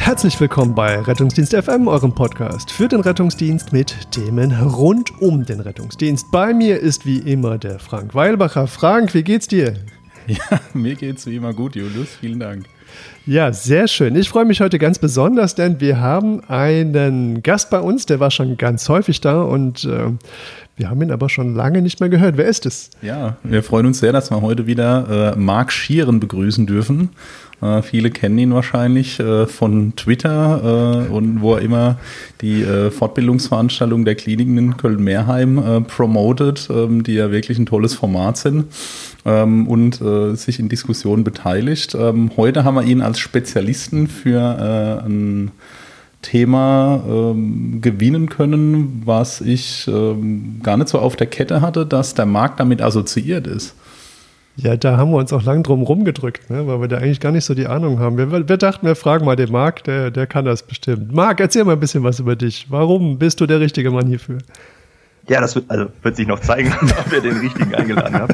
Herzlich willkommen bei Rettungsdienst FM, eurem Podcast für den Rettungsdienst mit Themen rund um den Rettungsdienst. Bei mir ist wie immer der Frank Weilbacher. Frank, wie geht's dir? Ja, mir geht's wie immer gut, Julius. Vielen Dank. Ja, sehr schön. Ich freue mich heute ganz besonders, denn wir haben einen Gast bei uns, der war schon ganz häufig da und wir haben ihn aber schon lange nicht mehr gehört. Wer ist es? Ja, wir freuen uns sehr, dass wir heute wieder Marc Schieren begrüßen dürfen. Viele kennen ihn wahrscheinlich von Twitter und wo er immer die Fortbildungsveranstaltungen der Kliniken in Köln-Meerheim promotet, die ja wirklich ein tolles Format sind und sich in Diskussionen beteiligt. Heute haben wir ihn als Spezialisten für ein Thema gewinnen können, was ich gar nicht so auf der Kette hatte, dass der Marc damit assoziiert ist. Ja, da haben wir uns auch lang drum rumgedrückt, ne, weil wir da eigentlich gar nicht so die Ahnung haben. Wir dachten, wir fragen mal den Marc, der kann das bestimmt. Marc, erzähl mal ein bisschen was über dich. Warum bist du der richtige Mann hierfür? Ja, das wird sich noch zeigen, ob ihr den richtigen eingeladen habt.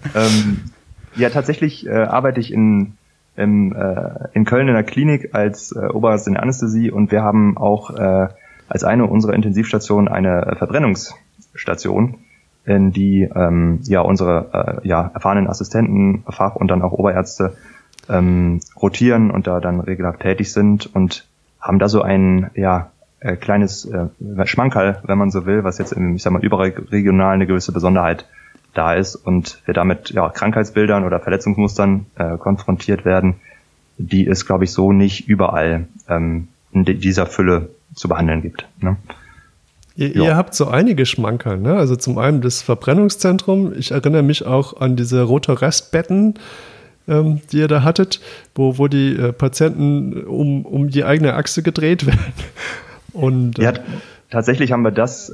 Ja, tatsächlich arbeite ich in Köln in der Klinik als Oberarzt in der Anästhesie und wir haben auch als eine unserer Intensivstationen eine Verbrennungsstation, in die unsere erfahrenen Assistenten, Fach- und dann auch Oberärzte rotieren und da dann regelhaft tätig sind und haben da so ein kleines Schmankerl, wenn man so will, was jetzt überregional eine gewisse Besonderheit da ist und wir damit Krankheitsbildern oder Verletzungsmustern konfrontiert werden, die es, glaube ich, so nicht überall in dieser Fülle zu behandeln gibt. Ne? Ihr habt so einige Schmankerl, ne? Also zum einen das Verbrennungszentrum. Ich erinnere mich auch an diese Rotorestbetten, die ihr da hattet, wo die Patienten um die eigene Achse gedreht werden. Und tatsächlich haben wir das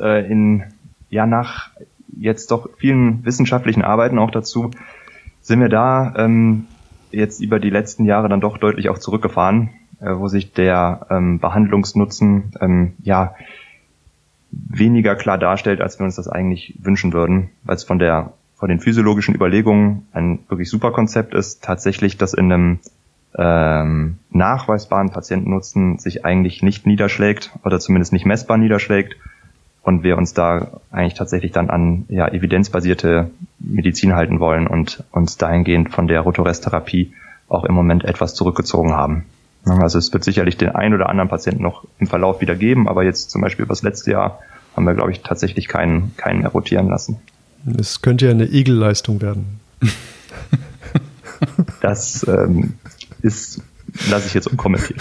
nach jetzt doch vielen wissenschaftlichen Arbeiten auch dazu, sind wir da jetzt über die letzten Jahre dann doch deutlich auch zurückgefahren, wo sich der Behandlungsnutzen weniger klar darstellt, als wir uns das eigentlich wünschen würden, weil es von den physiologischen Überlegungen ein wirklich super Konzept ist, tatsächlich das in einem nachweisbaren Patientennutzen sich eigentlich nicht niederschlägt oder zumindest nicht messbar niederschlägt und wir uns da eigentlich tatsächlich dann an evidenzbasierte Medizin halten wollen und uns dahingehend von der Rotoresttherapie auch im Moment etwas zurückgezogen haben. Also es wird sicherlich den einen oder anderen Patienten noch im Verlauf wieder geben, aber jetzt zum Beispiel über das letzte Jahr haben wir, glaube ich, tatsächlich keinen mehr rotieren lassen. Es könnte ja eine Igelleistung werden. Das lasse ich jetzt unkommentiert.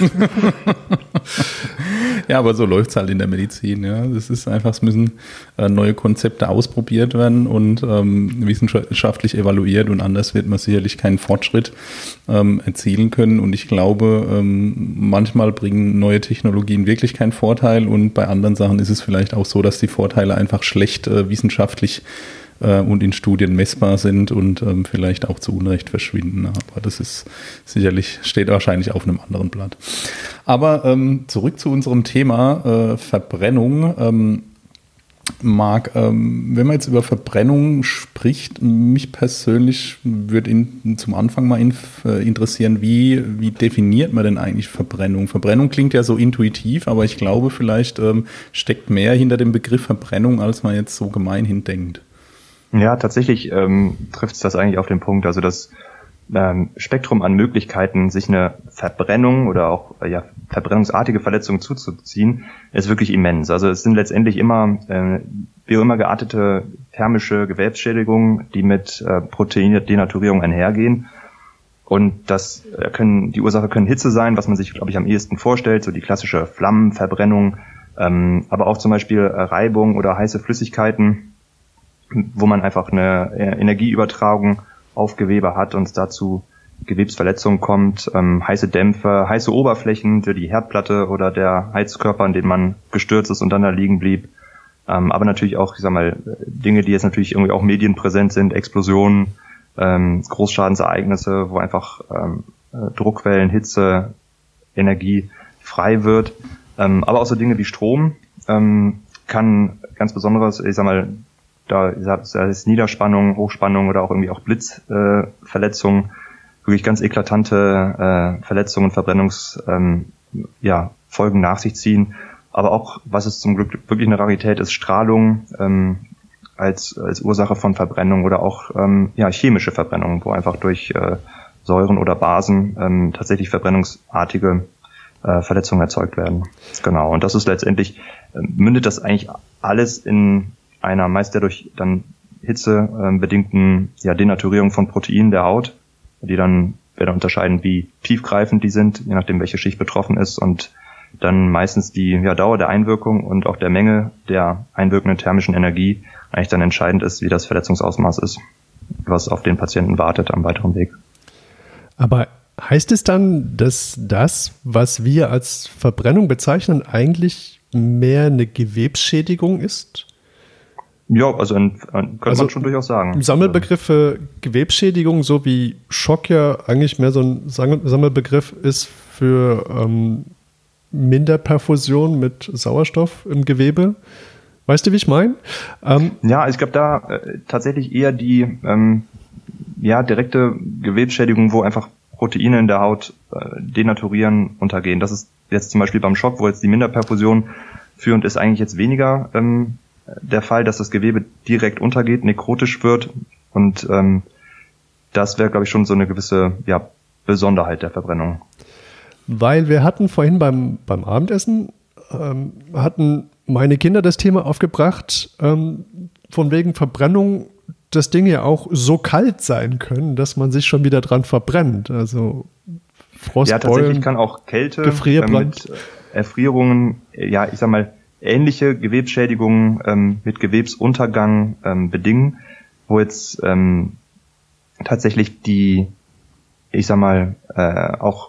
Ja, aber so läuft's halt in der Medizin. Ja, das ist einfach, es müssen neue Konzepte ausprobiert werden und wissenschaftlich evaluiert und anders wird man sicherlich keinen Fortschritt erzielen können. Und ich glaube, manchmal bringen neue Technologien wirklich keinen Vorteil und bei anderen Sachen ist es vielleicht auch so, dass die Vorteile einfach schlecht wissenschaftlich und in Studien messbar sind und vielleicht auch zu Unrecht verschwinden. Aber das ist sicherlich, steht wahrscheinlich auf einem anderen Blatt. Aber zurück zu unserem Thema Verbrennung. Marc, wenn man jetzt über Verbrennung spricht, mich persönlich würde zum Anfang mal interessieren, wie definiert man denn eigentlich Verbrennung? Verbrennung klingt ja so intuitiv, aber ich glaube, vielleicht steckt mehr hinter dem Begriff Verbrennung, als man jetzt so gemeinhin denkt. Ja, tatsächlich trifft es das eigentlich auf den Punkt. Also das Spektrum an Möglichkeiten, sich eine Verbrennung oder auch verbrennungsartige Verletzungen zuzuziehen, ist wirklich immens. Also es sind letztendlich immer wie auch immer geartete thermische Gewebsschädigungen, die mit Proteindenaturierung einhergehen. Und die Ursache können Hitze sein, was man sich, glaube ich, am ehesten vorstellt, so die klassische Flammenverbrennung, aber auch zum Beispiel Reibung oder heiße Flüssigkeiten, wo man einfach eine Energieübertragung auf Gewebe hat und es dazu Gewebsverletzungen kommt, heiße Dämpfe, heiße Oberflächen, die Herdplatte oder der Heizkörper, an dem man gestürzt ist und dann da liegen blieb. Aber natürlich auch, Dinge, die jetzt natürlich irgendwie auch medienpräsent sind, Explosionen, Großschadensereignisse, wo einfach Druckwellen, Hitze, Energie frei wird. Aber auch so Dinge wie Strom kann ganz besonderes, da ist Niederspannung, Hochspannung oder auch irgendwie auch Blitzverletzungen, wirklich ganz eklatante Verletzungen, Verbrennungsmuster Folgen nach sich ziehen. Aber auch, was es zum Glück wirklich eine Rarität ist, Strahlung als Ursache von Verbrennung oder auch chemische Verbrennung, wo einfach durch Säuren oder Basen tatsächlich verbrennungsartige Verletzungen erzeugt werden. Genau. Und das ist letztendlich, mündet das eigentlich alles in einer meist ja durch dann Hitze bedingten Denaturierung von Proteinen der Haut, die dann werden unterscheiden, wie tiefgreifend die sind, je nachdem welche Schicht betroffen ist, und dann meistens die Dauer der Einwirkung und auch der Menge der einwirkenden thermischen Energie eigentlich dann entscheidend ist, wie das Verletzungsausmaß ist, was auf den Patienten wartet am weiteren Weg. Aber heißt es dann, dass das, was wir als Verbrennung bezeichnen, eigentlich mehr eine Gewebsschädigung ist? Ja, also könnte man schon durchaus sagen. Im Sammelbegriff für Gewebsschädigung, so wie Schock ja eigentlich mehr so ein Sammelbegriff ist für Minderperfusion mit Sauerstoff im Gewebe. Weißt du, wie ich meine? Ich glaube da tatsächlich eher die direkte Gewebsschädigung, wo einfach Proteine in der Haut denaturieren, untergehen. Das ist jetzt zum Beispiel beim Schock, wo jetzt die Minderperfusion führend ist, eigentlich jetzt weniger der Fall, dass das Gewebe direkt untergeht, nekrotisch wird, und das wäre, glaube ich, schon so eine gewisse Besonderheit der Verbrennung. Weil wir hatten vorhin beim Abendessen, hatten meine Kinder das Thema aufgebracht, von wegen Verbrennung, dass Dinge ja auch so kalt sein können, dass man sich schon wieder dran verbrennt. Also Frostbeulen, ja, tatsächlich kann auch Kälte mit Erfrierungen, ich sag mal, ähnliche Gewebsschädigungen mit Gewebsuntergang bedingen, wo jetzt tatsächlich die, ich sag mal, auch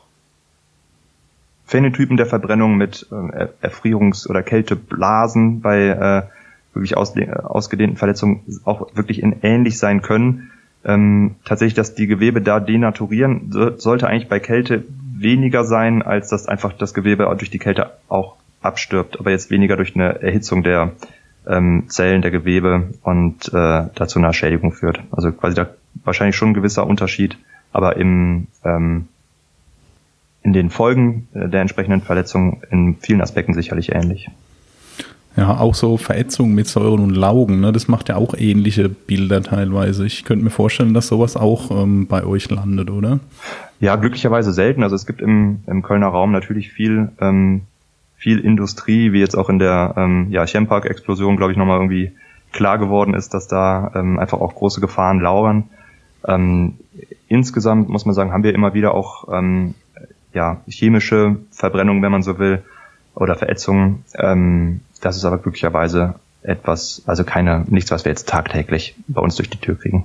Phänotypen der Verbrennung mit Erfrierungs- oder Kälteblasen bei wirklich ausgedehnten Verletzungen auch wirklich ähnlich sein können. Tatsächlich, dass die Gewebe da denaturieren, sollte eigentlich bei Kälte weniger sein, als dass einfach das Gewebe durch die Kälte auch abstirbt, aber jetzt weniger durch eine Erhitzung der Zellen, der Gewebe und dazu einer Schädigung führt. Also quasi da wahrscheinlich schon ein gewisser Unterschied, aber in den Folgen der entsprechenden Verletzung in vielen Aspekten sicherlich ähnlich. Ja, auch so Verätzung mit Säuren und Laugen, ne? Das macht ja auch ähnliche Bilder teilweise. Ich könnte mir vorstellen, dass sowas auch bei euch landet, oder? Ja, glücklicherweise selten. Also es gibt im Kölner Raum natürlich viel Industrie, wie jetzt auch in der Chempark-Explosion, glaube ich, nochmal irgendwie klar geworden ist, dass da einfach auch große Gefahren lauern. Insgesamt muss man sagen, haben wir immer wieder auch chemische Verbrennung, wenn man so will, oder Verätzungen. Das ist aber glücklicherweise nichts, was wir jetzt tagtäglich bei uns durch die Tür kriegen.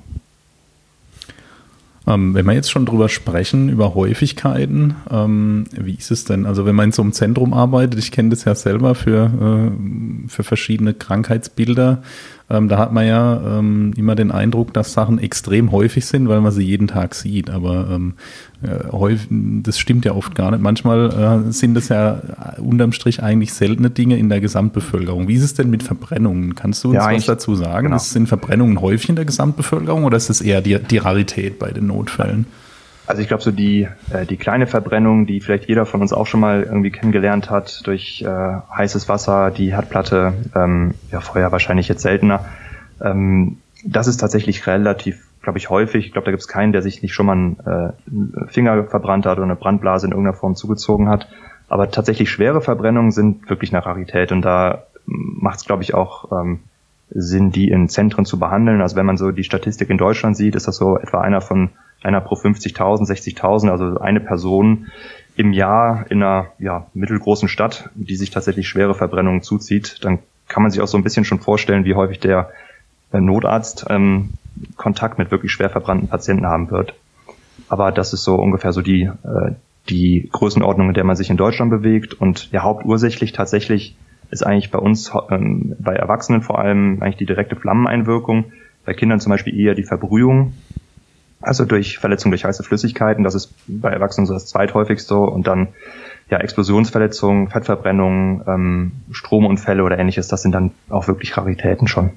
Wenn wir jetzt schon drüber sprechen, über Häufigkeiten, wie ist es denn? Also wenn man in so einem Zentrum arbeitet, ich kenne das ja selber für verschiedene Krankheitsbilder, da hat man ja immer den Eindruck, dass Sachen extrem häufig sind, weil man sie jeden Tag sieht. Aber das stimmt ja oft gar nicht. Manchmal sind das ja unterm Strich eigentlich seltene Dinge in der Gesamtbevölkerung. Wie ist es denn mit Verbrennungen? Kannst du uns was dazu sagen? Genau. Sind Verbrennungen häufig in der Gesamtbevölkerung oder ist das eher die Rarität bei den Notfällen? Also ich glaube, so die kleine Verbrennung, die vielleicht jeder von uns auch schon mal irgendwie kennengelernt hat, durch heißes Wasser, die Herdplatte, vorher wahrscheinlich jetzt seltener. Das ist tatsächlich relativ, glaube ich, häufig. Ich glaube, da gibt es keinen, der sich nicht schon mal einen Finger verbrannt hat oder eine Brandblase in irgendeiner Form zugezogen hat. Aber tatsächlich schwere Verbrennungen sind wirklich eine Rarität, und da macht es, glaube ich, auch Sinn, die in Zentren zu behandeln. Also wenn man so die Statistik in Deutschland sieht, ist das so etwa einer pro 50.000, 60.000, also eine Person im Jahr in einer mittelgroßen Stadt, die sich tatsächlich schwere Verbrennungen zuzieht. Dann kann man sich auch so ein bisschen schon vorstellen, wie häufig der Notarzt Kontakt mit wirklich schwer verbrannten Patienten haben wird. Aber das ist so ungefähr so die Größenordnung, in der man sich in Deutschland bewegt. Und hauptursächlich tatsächlich ist eigentlich bei uns, bei Erwachsenen vor allem, eigentlich die direkte Flammeneinwirkung. Bei Kindern zum Beispiel eher die Verbrühung, also durch Verletzung durch heiße Flüssigkeiten. Das ist bei Erwachsenen so das zweithäufigste. Und dann Explosionsverletzungen, Fettverbrennungen, Stromunfälle oder ähnliches. Das sind dann auch wirklich Raritäten schon.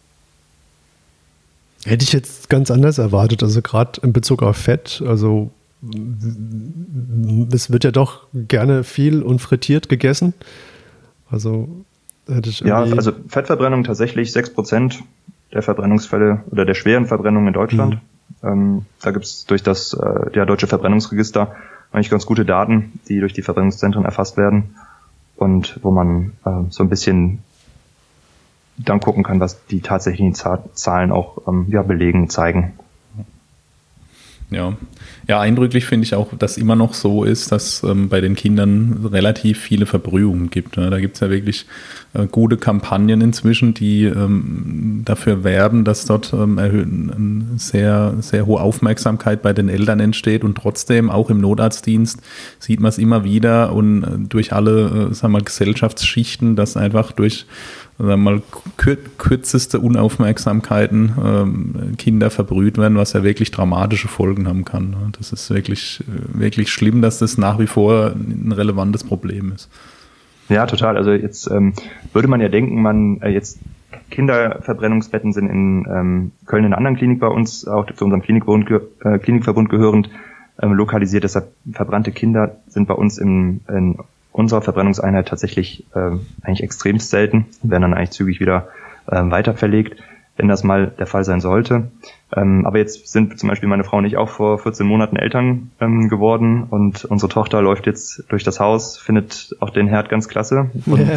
Hätte ich jetzt ganz anders erwartet, also gerade in Bezug auf Fett, also es wird ja doch gerne viel und frittiert gegessen. Also hätte ich ja, also Fettverbrennung tatsächlich 6% der Verbrennungsfälle oder der schweren Verbrennung in Deutschland. Da gibt es durch das Deutsche Verbrennungsregister eigentlich ganz gute Daten, die durch die Verbrennungszentren erfasst werden und wo man so ein bisschen dann gucken kann, was die tatsächlichen Zahlen auch belegen, zeigen. Ja, eindrücklich finde ich auch, dass immer noch so ist, dass bei den Kindern relativ viele Verbrühungen gibt. Ne? Da gibt es ja wirklich gute Kampagnen inzwischen, die dafür werben, dass dort sehr, sehr hohe Aufmerksamkeit bei den Eltern entsteht und trotzdem auch im Notarztdienst sieht man es immer wieder und durch alle Gesellschaftsschichten, dass einfach durch kürzeste Unaufmerksamkeiten Kinder verbrüht werden, was ja wirklich dramatische Folgen haben kann. Das ist wirklich, wirklich schlimm, dass das nach wie vor ein relevantes Problem ist. Ja, total. Also jetzt würde man ja denken, jetzt Kinderverbrennungsbetten sind in Köln in einer anderen Klinik bei uns, auch zu unserem Klinikverbund gehörend, lokalisiert. Deshalb verbrannte Kinder sind bei uns in unserer Verbrennungseinheit tatsächlich eigentlich extremst selten, werden dann eigentlich zügig wieder weiter verlegt, wenn das mal der Fall sein sollte. Aber jetzt sind zum Beispiel meine Frau und ich auch vor 14 Monaten Eltern geworden und unsere Tochter läuft jetzt durch das Haus, findet auch den Herd ganz klasse und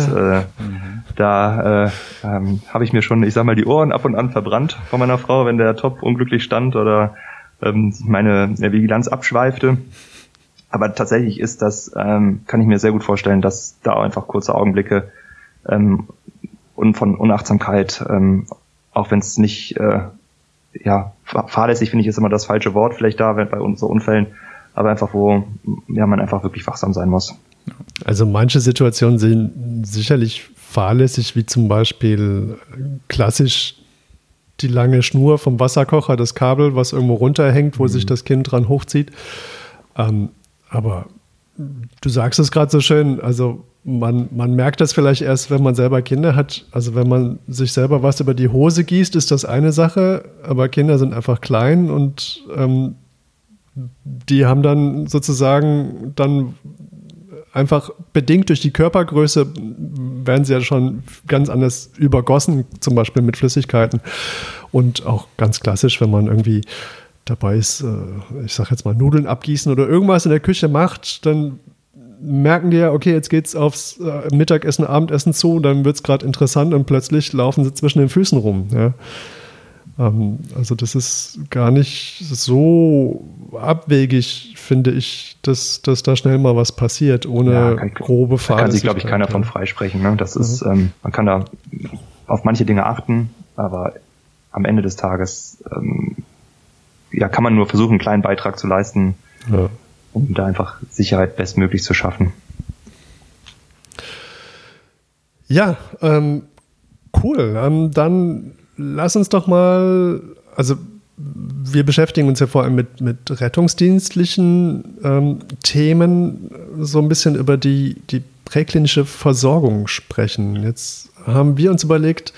da habe ich mir schon, die Ohren ab und an verbrannt von meiner Frau, wenn der Topf unglücklich stand oder meine Vigilanz abschweifte. Aber tatsächlich ist das, kann ich mir sehr gut vorstellen, dass da einfach kurze Augenblicke und von Unachtsamkeit, auch wenn es nicht, fahrlässig finde ich ist immer das falsche Wort vielleicht da bei so Unfällen, aber einfach wo man einfach wirklich wachsam sein muss. Also manche Situationen sind sicherlich fahrlässig, wie zum Beispiel klassisch die lange Schnur vom Wasserkocher, das Kabel, was irgendwo runterhängt, wo sich das Kind dran hochzieht. Aber du sagst es gerade so schön, also man merkt das vielleicht erst, wenn man selber Kinder hat. Also wenn man sich selber was über die Hose gießt, ist das eine Sache, aber Kinder sind einfach klein und die haben dann sozusagen dann einfach bedingt durch die Körpergröße werden sie ja schon ganz anders übergossen, zum Beispiel mit Flüssigkeiten. Und auch ganz klassisch, wenn man irgendwie dabei ist, ich sag jetzt mal Nudeln abgießen oder irgendwas in der Küche macht, dann merken die ja, okay, jetzt geht's aufs Mittagessen, Abendessen zu, dann wird's gerade interessant und plötzlich laufen sie zwischen den Füßen rum. Ja. Also das ist gar nicht so abwegig, finde ich, dass da schnell mal was passiert, ohne grobe Fahrlässigkeit. Da kann sich, glaube ich, keiner von freisprechen. Ne? Das ist, man kann da auf manche Dinge achten, aber am Ende des Tages kann man nur versuchen, einen kleinen Beitrag zu leisten, um da einfach Sicherheit bestmöglich zu schaffen. Ja, cool. Dann lass uns doch mal, also wir beschäftigen uns ja vor allem mit rettungsdienstlichen Themen, so ein bisschen über die präklinische Versorgung sprechen. Jetzt haben wir uns überlegt,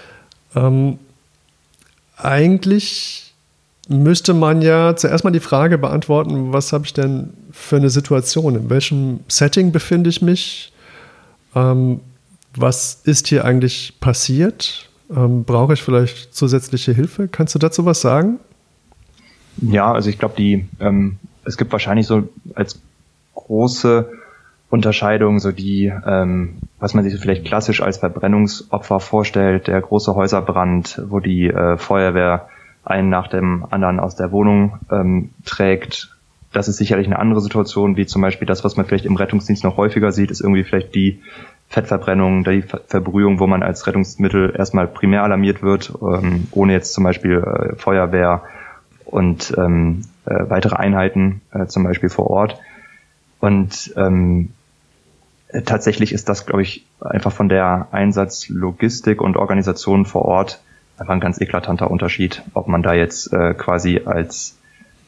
eigentlich müsste man ja zuerst mal die Frage beantworten, was habe ich denn für eine Situation? In welchem Setting befinde ich mich? Was ist hier eigentlich passiert? Brauche ich vielleicht zusätzliche Hilfe? Kannst du dazu was sagen? Ja, also ich glaube, es gibt wahrscheinlich so als große Unterscheidung so die, was man sich so vielleicht klassisch als Verbrennungsopfer vorstellt, der große Häuserbrand, wo die Feuerwehr einen nach dem anderen aus der Wohnung trägt. Das ist sicherlich eine andere Situation, wie zum Beispiel das, was man vielleicht im Rettungsdienst noch häufiger sieht, ist irgendwie vielleicht die Fettverbrennung, die Verbrühung, wo man als Rettungsmittel erstmal primär alarmiert wird, ohne jetzt zum Beispiel Feuerwehr und weitere Einheiten zum Beispiel vor Ort. Und tatsächlich ist das, glaube ich, einfach von der Einsatzlogistik und Organisation vor Ort einfach ein ganz eklatanter Unterschied, ob man da jetzt quasi als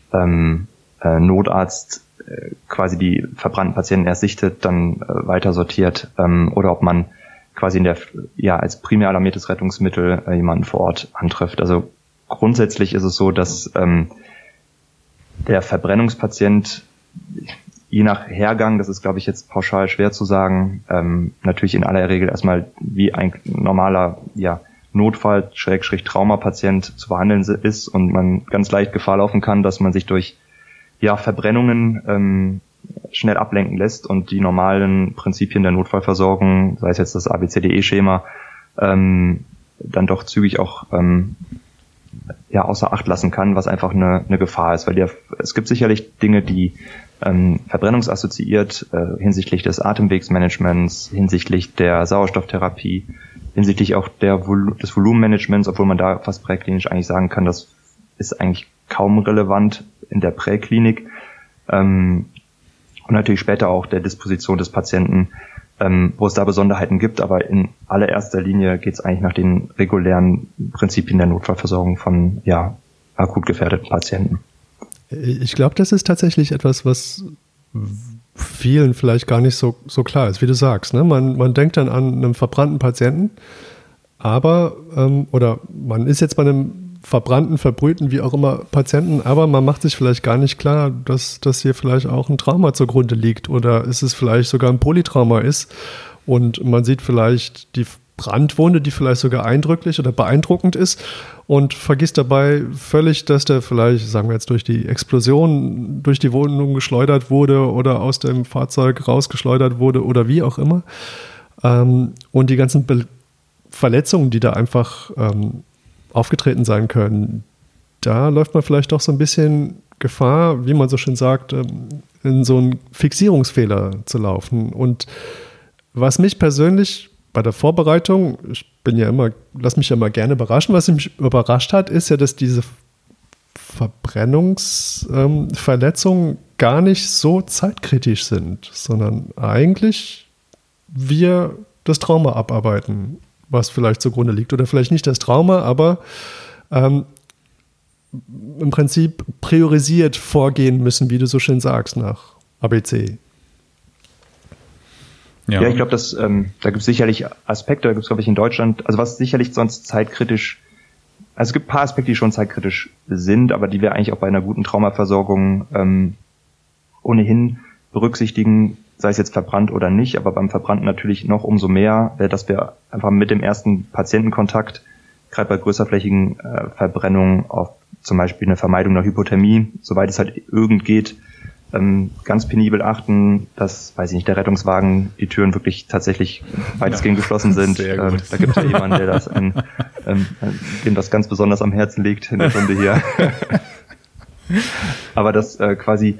Notarzt quasi die verbrannten Patienten erst sichtet, dann weiter sortiert, oder ob man quasi als primär alarmiertes Rettungsmittel jemanden vor Ort antrifft. Also grundsätzlich ist es so, dass Der Verbrennungspatient, je nach Hergang, das ist, glaube ich, jetzt pauschal schwer zu sagen, natürlich in aller Regel erstmal wie ein normaler Notfall-, Traumapatient zu behandeln ist und man ganz leicht Gefahr laufen kann, dass man sich durch Verbrennungen schnell ablenken lässt und die normalen Prinzipien der Notfallversorgung, sei es jetzt das ABCDE-Schema, dann doch zügig auch außer Acht lassen kann, was einfach eine Gefahr ist, weil es gibt sicherlich Dinge, die verbrennungsassoziiert hinsichtlich des Atemwegsmanagements, hinsichtlich der Sauerstofftherapie, hinsichtlich auch des Volumenmanagements, obwohl man da fast präklinisch eigentlich sagen kann, das ist eigentlich kaum relevant in der Präklinik, und natürlich später auch der Disposition des Patienten, wo es da Besonderheiten gibt, aber in allererster Linie geht es eigentlich nach den regulären Prinzipien der Notfallversorgung von akut gefährdeten Patienten. Ich glaube, das ist tatsächlich etwas, was vielen vielleicht gar nicht so klar ist, wie du sagst. Ne? Man denkt dann an einen verbrannten Patienten, aber oder man ist jetzt bei einem verbrannten, verbrühten, wie auch immer, Patienten, aber man macht sich vielleicht gar nicht klar, dass hier vielleicht auch ein Trauma zugrunde liegt oder ist es vielleicht sogar ein Polytrauma ist und man sieht vielleicht die Brandwunde, die vielleicht sogar eindrücklich oder beeindruckend ist und vergisst dabei völlig, dass der vielleicht, sagen wir jetzt, durch die Explosion, durch die Wohnung geschleudert wurde oder aus dem Fahrzeug rausgeschleudert wurde oder wie auch immer. Und die ganzen Verletzungen, die da einfach aufgetreten sein können, da läuft man vielleicht doch so ein bisschen Gefahr, wie man so schön sagt, in so einen Fixierungsfehler zu laufen. Und was mich persönlich bei der Vorbereitung, lass mich ja immer gerne überraschen, was mich überrascht hat, ist ja, dass diese Verbrennungsverletzungen gar nicht so zeitkritisch sind, sondern eigentlich wir das Trauma abarbeiten, was vielleicht zugrunde liegt. Oder vielleicht nicht das Trauma, aber im Prinzip priorisiert vorgehen müssen, wie du so schön sagst, nach ABC. Ja, ich glaube, da gibt es sicherlich Aspekte, da gibt es, glaube ich, in Deutschland, also was sicherlich sonst zeitkritisch, also es gibt ein paar Aspekte, die schon zeitkritisch sind, aber die wir eigentlich auch bei einer guten Traumaversorgung ohnehin berücksichtigen, sei es jetzt verbrannt oder nicht, aber beim Verbrannten natürlich noch umso mehr, dass wir einfach mit dem ersten Patientenkontakt, gerade bei größerflächigen Verbrennungen, auf zum Beispiel eine Vermeidung der Hypothermie, soweit es halt irgend geht, ganz penibel achten, dass, weiß ich nicht, der Rettungswagen, die Türen wirklich tatsächlich weitestgehend geschlossen sind. Da gibt es ja jemanden, der dem das ganz besonders am Herzen liegt in der Stunde hier. Aber dass quasi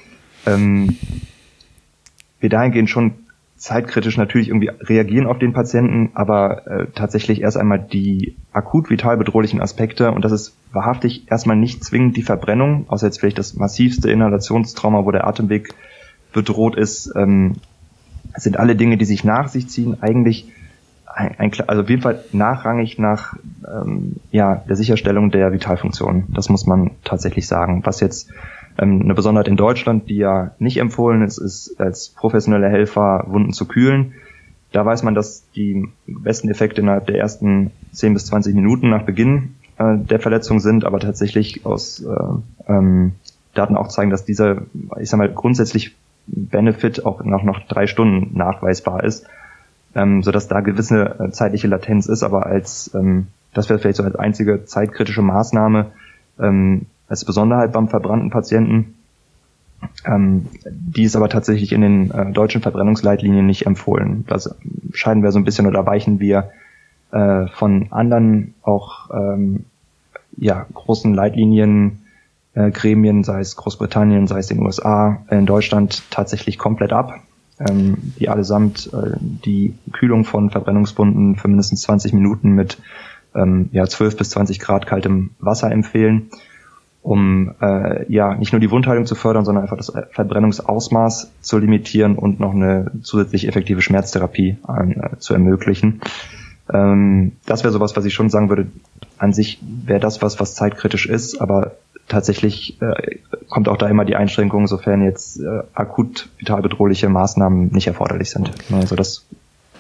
wir dahingehend schon zeitkritisch natürlich irgendwie reagieren auf den Patienten, aber tatsächlich erst einmal die akut vital bedrohlichen Aspekte, und das ist wahrhaftig erstmal nicht zwingend die Verbrennung, außer jetzt vielleicht das massivste Inhalationstrauma, wo der Atemweg bedroht ist, sind alle Dinge, die sich nach sich ziehen, eigentlich also auf jeden Fall nachrangig nach der Sicherstellung der Vitalfunktion. Das muss man tatsächlich sagen. Was jetzt eine Besonderheit in Deutschland, die ja nicht empfohlen ist als professionelle Helfer Wunden zu kühlen. Da weiß man, dass die besten Effekte innerhalb der ersten 10 bis 20 Minuten nach Beginn der Verletzung sind, aber tatsächlich aus Daten auch zeigen, dass dieser, ich sag mal, grundsätzlich Benefit auch nach noch 3 Stunden nachweisbar ist, sodass da gewisse zeitliche Latenz ist, aber das wäre vielleicht so als einzige zeitkritische Maßnahme, als Besonderheit beim verbrannten Patienten. Die ist aber tatsächlich in den deutschen Verbrennungsleitlinien nicht empfohlen. Das scheiden wir so ein bisschen oder weichen wir von anderen auch großen Leitlinien, Gremien, sei es Großbritannien, sei es den USA, in Deutschland tatsächlich komplett ab, die allesamt die Kühlung von Verbrennungswunden für mindestens 20 Minuten mit 12 bis 20 Grad kaltem Wasser empfehlen, um nicht nur die Wundheilung zu fördern, sondern einfach das Verbrennungsausmaß zu limitieren und noch eine zusätzlich effektive Schmerztherapie zu ermöglichen. Das wäre sowas, was ich schon sagen würde, an sich wäre das was zeitkritisch ist, aber tatsächlich kommt auch da immer die Einschränkung, sofern jetzt akut vital bedrohliche Maßnahmen nicht erforderlich sind. Also das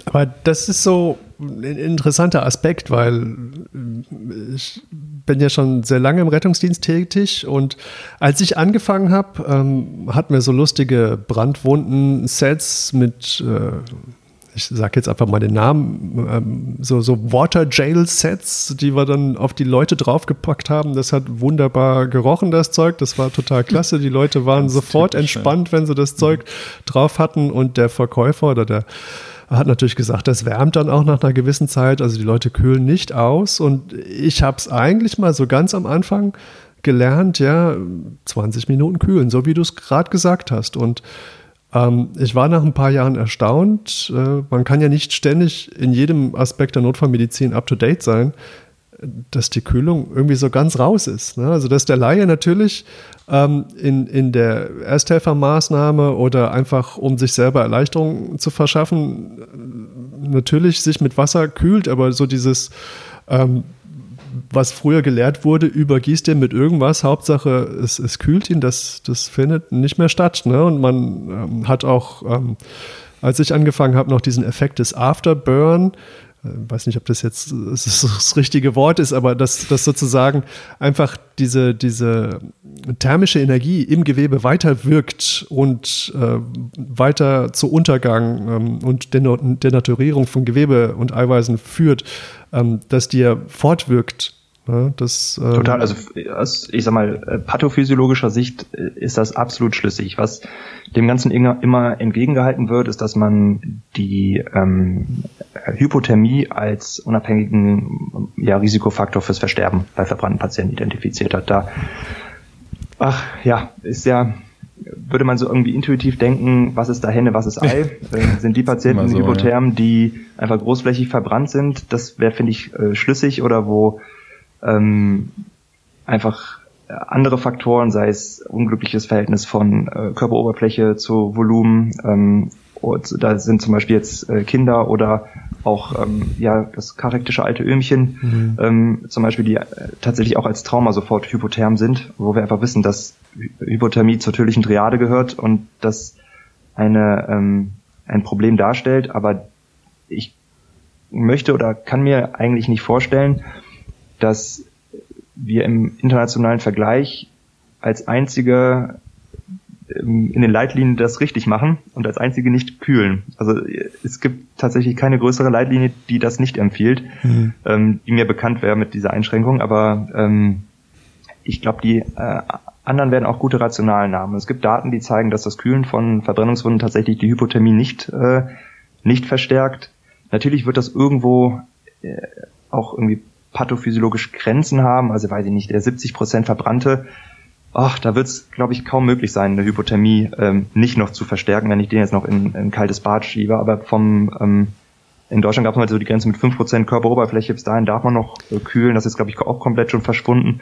Aber das ist so ein interessanter Aspekt, weil ich bin ja schon sehr lange im Rettungsdienst tätig und als ich angefangen habe, hatten wir so lustige Brandwunden-Sets mit, ich sage jetzt einfach mal den Namen, so Water-Jail-Sets, die wir dann auf die Leute draufgepackt haben. Das hat wunderbar gerochen, das Zeug. Das war total klasse. Die Leute waren sofort entspannt, wenn sie das Zeug drauf hatten und der Verkäufer oder der hat natürlich gesagt, das wärmt dann auch nach einer gewissen Zeit, also die Leute kühlen nicht aus und ich habe es eigentlich mal so ganz am Anfang gelernt, ja, 20 Minuten kühlen, so wie du es gerade gesagt hast und ich war nach ein paar Jahren erstaunt, man kann ja nicht ständig in jedem Aspekt der Notfallmedizin up-to-date sein, dass die Kühlung irgendwie so ganz raus ist. Ne? Also dass der Laie natürlich in der Ersthelfermaßnahme oder einfach um sich selber Erleichterung zu verschaffen, natürlich sich mit Wasser kühlt, aber so dieses, was früher gelehrt wurde, übergießt den mit irgendwas, Hauptsache es kühlt ihn, das findet nicht mehr statt. Ne? Und man hat auch, als ich angefangen habe, noch diesen Effekt des Afterburn, ich weiß nicht, ob das jetzt das richtige Wort ist, aber dass sozusagen einfach diese thermische Energie im Gewebe weiter wirkt und weiter zu Untergang und Denaturierung von Gewebe und Eiweißen führt, dass die ja fortwirkt. Ja, total, also aus, ich sag mal, pathophysiologischer Sicht ist das absolut schlüssig. Was dem Ganzen immer entgegengehalten wird, ist, dass man die Hypothermie als unabhängigen Risikofaktor fürs Versterben bei verbrannten Patienten identifiziert hat. Würde man so irgendwie intuitiv denken, was ist da Henne, was ist Ei? Sind die Patienten so, hypotherm, die einfach großflächig verbrannt sind? Das wäre, finde ich, schlüssig oder wo einfach andere Faktoren, sei es unglückliches Verhältnis von Körperoberfläche zu Volumen, und da sind zum Beispiel jetzt Kinder oder auch das charakteristische alte Öhmchen, zum Beispiel, die tatsächlich auch als Trauma sofort hypotherm sind, wo wir einfach wissen, dass Hypothermie zur tödlichen Triade gehört und das ein Problem darstellt, aber ich möchte oder kann mir eigentlich nicht vorstellen, dass wir im internationalen Vergleich als einzige in den Leitlinien das richtig machen und als einzige nicht kühlen. Also es gibt tatsächlich keine größere Leitlinie, die das nicht empfiehlt, die mir bekannt wäre mit dieser Einschränkung, aber ich glaube, die anderen werden auch gute Rationalen haben. Es gibt Daten, die zeigen, dass das Kühlen von Verbrennungswunden tatsächlich die Hypothermie nicht verstärkt. Natürlich wird das irgendwo auch irgendwie pathophysiologisch Grenzen haben, also weiß ich nicht, der 70% Verbrannte, da wird es, glaube ich, kaum möglich sein, eine Hypothermie nicht noch zu verstärken, wenn ich den jetzt noch in ein kaltes Bad schiebe, aber in Deutschland gab es mal so die Grenze mit 5% Körperoberfläche, bis dahin darf man noch kühlen, das ist, glaube ich, auch komplett schon verschwunden.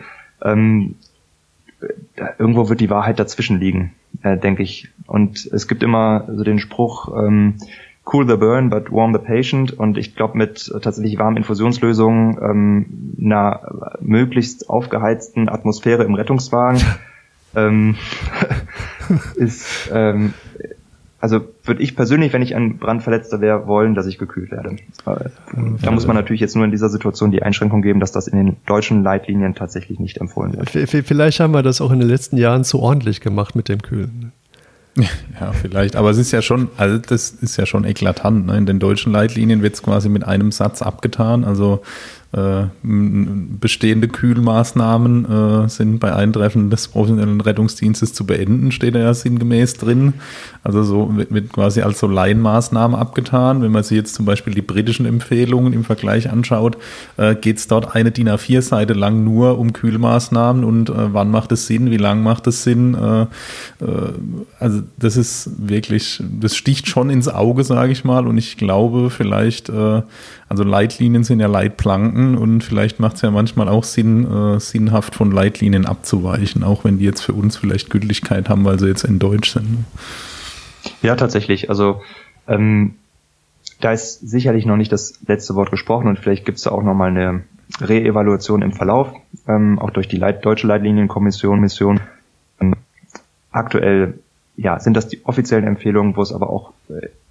Irgendwo wird die Wahrheit dazwischen liegen, denke ich. Und es gibt immer so den Spruch, cool the burn, but warm the patient. Und ich glaube, mit tatsächlich warmen Infusionslösungen, einer möglichst aufgeheizten Atmosphäre im Rettungswagen, also würde ich persönlich, wenn ich ein Brandverletzter wäre, wollen, dass ich gekühlt werde. Da muss man natürlich jetzt nur in dieser Situation die Einschränkung geben, dass das in den deutschen Leitlinien tatsächlich nicht empfohlen wird. Vielleicht haben wir das auch in den letzten Jahren zu ordentlich gemacht mit dem Kühlen. Ja, vielleicht, aber es ist ja schon, also das ist ja schon eklatant, ne? In den deutschen Leitlinien wird es quasi mit einem Satz abgetan, also bestehende Kühlmaßnahmen sind bei Eintreffen des professionellen Rettungsdienstes zu beenden, steht da ja sinngemäß drin. Also so wird quasi als so Laienmaßnahme abgetan. Wenn man sich jetzt zum Beispiel die britischen Empfehlungen im Vergleich anschaut, geht es dort eine DIN A4-Seite lang nur um Kühlmaßnahmen und wann macht es Sinn, wie lang macht es Sinn. Also das ist wirklich, das sticht schon ins Auge, sage ich mal, und ich glaube vielleicht, also Leitlinien sind ja Leitplanken und vielleicht macht es ja manchmal auch Sinn, sinnhaft von Leitlinien abzuweichen, auch wenn die jetzt für uns vielleicht Gültigkeit haben, weil sie jetzt in Deutsch sind. Ja, tatsächlich. Also da ist sicherlich noch nicht das letzte Wort gesprochen und vielleicht gibt es da auch nochmal eine Reevaluation im Verlauf, auch durch die deutsche Leitlinienkommission. Aktuell sind das die offiziellen Empfehlungen, wo es aber auch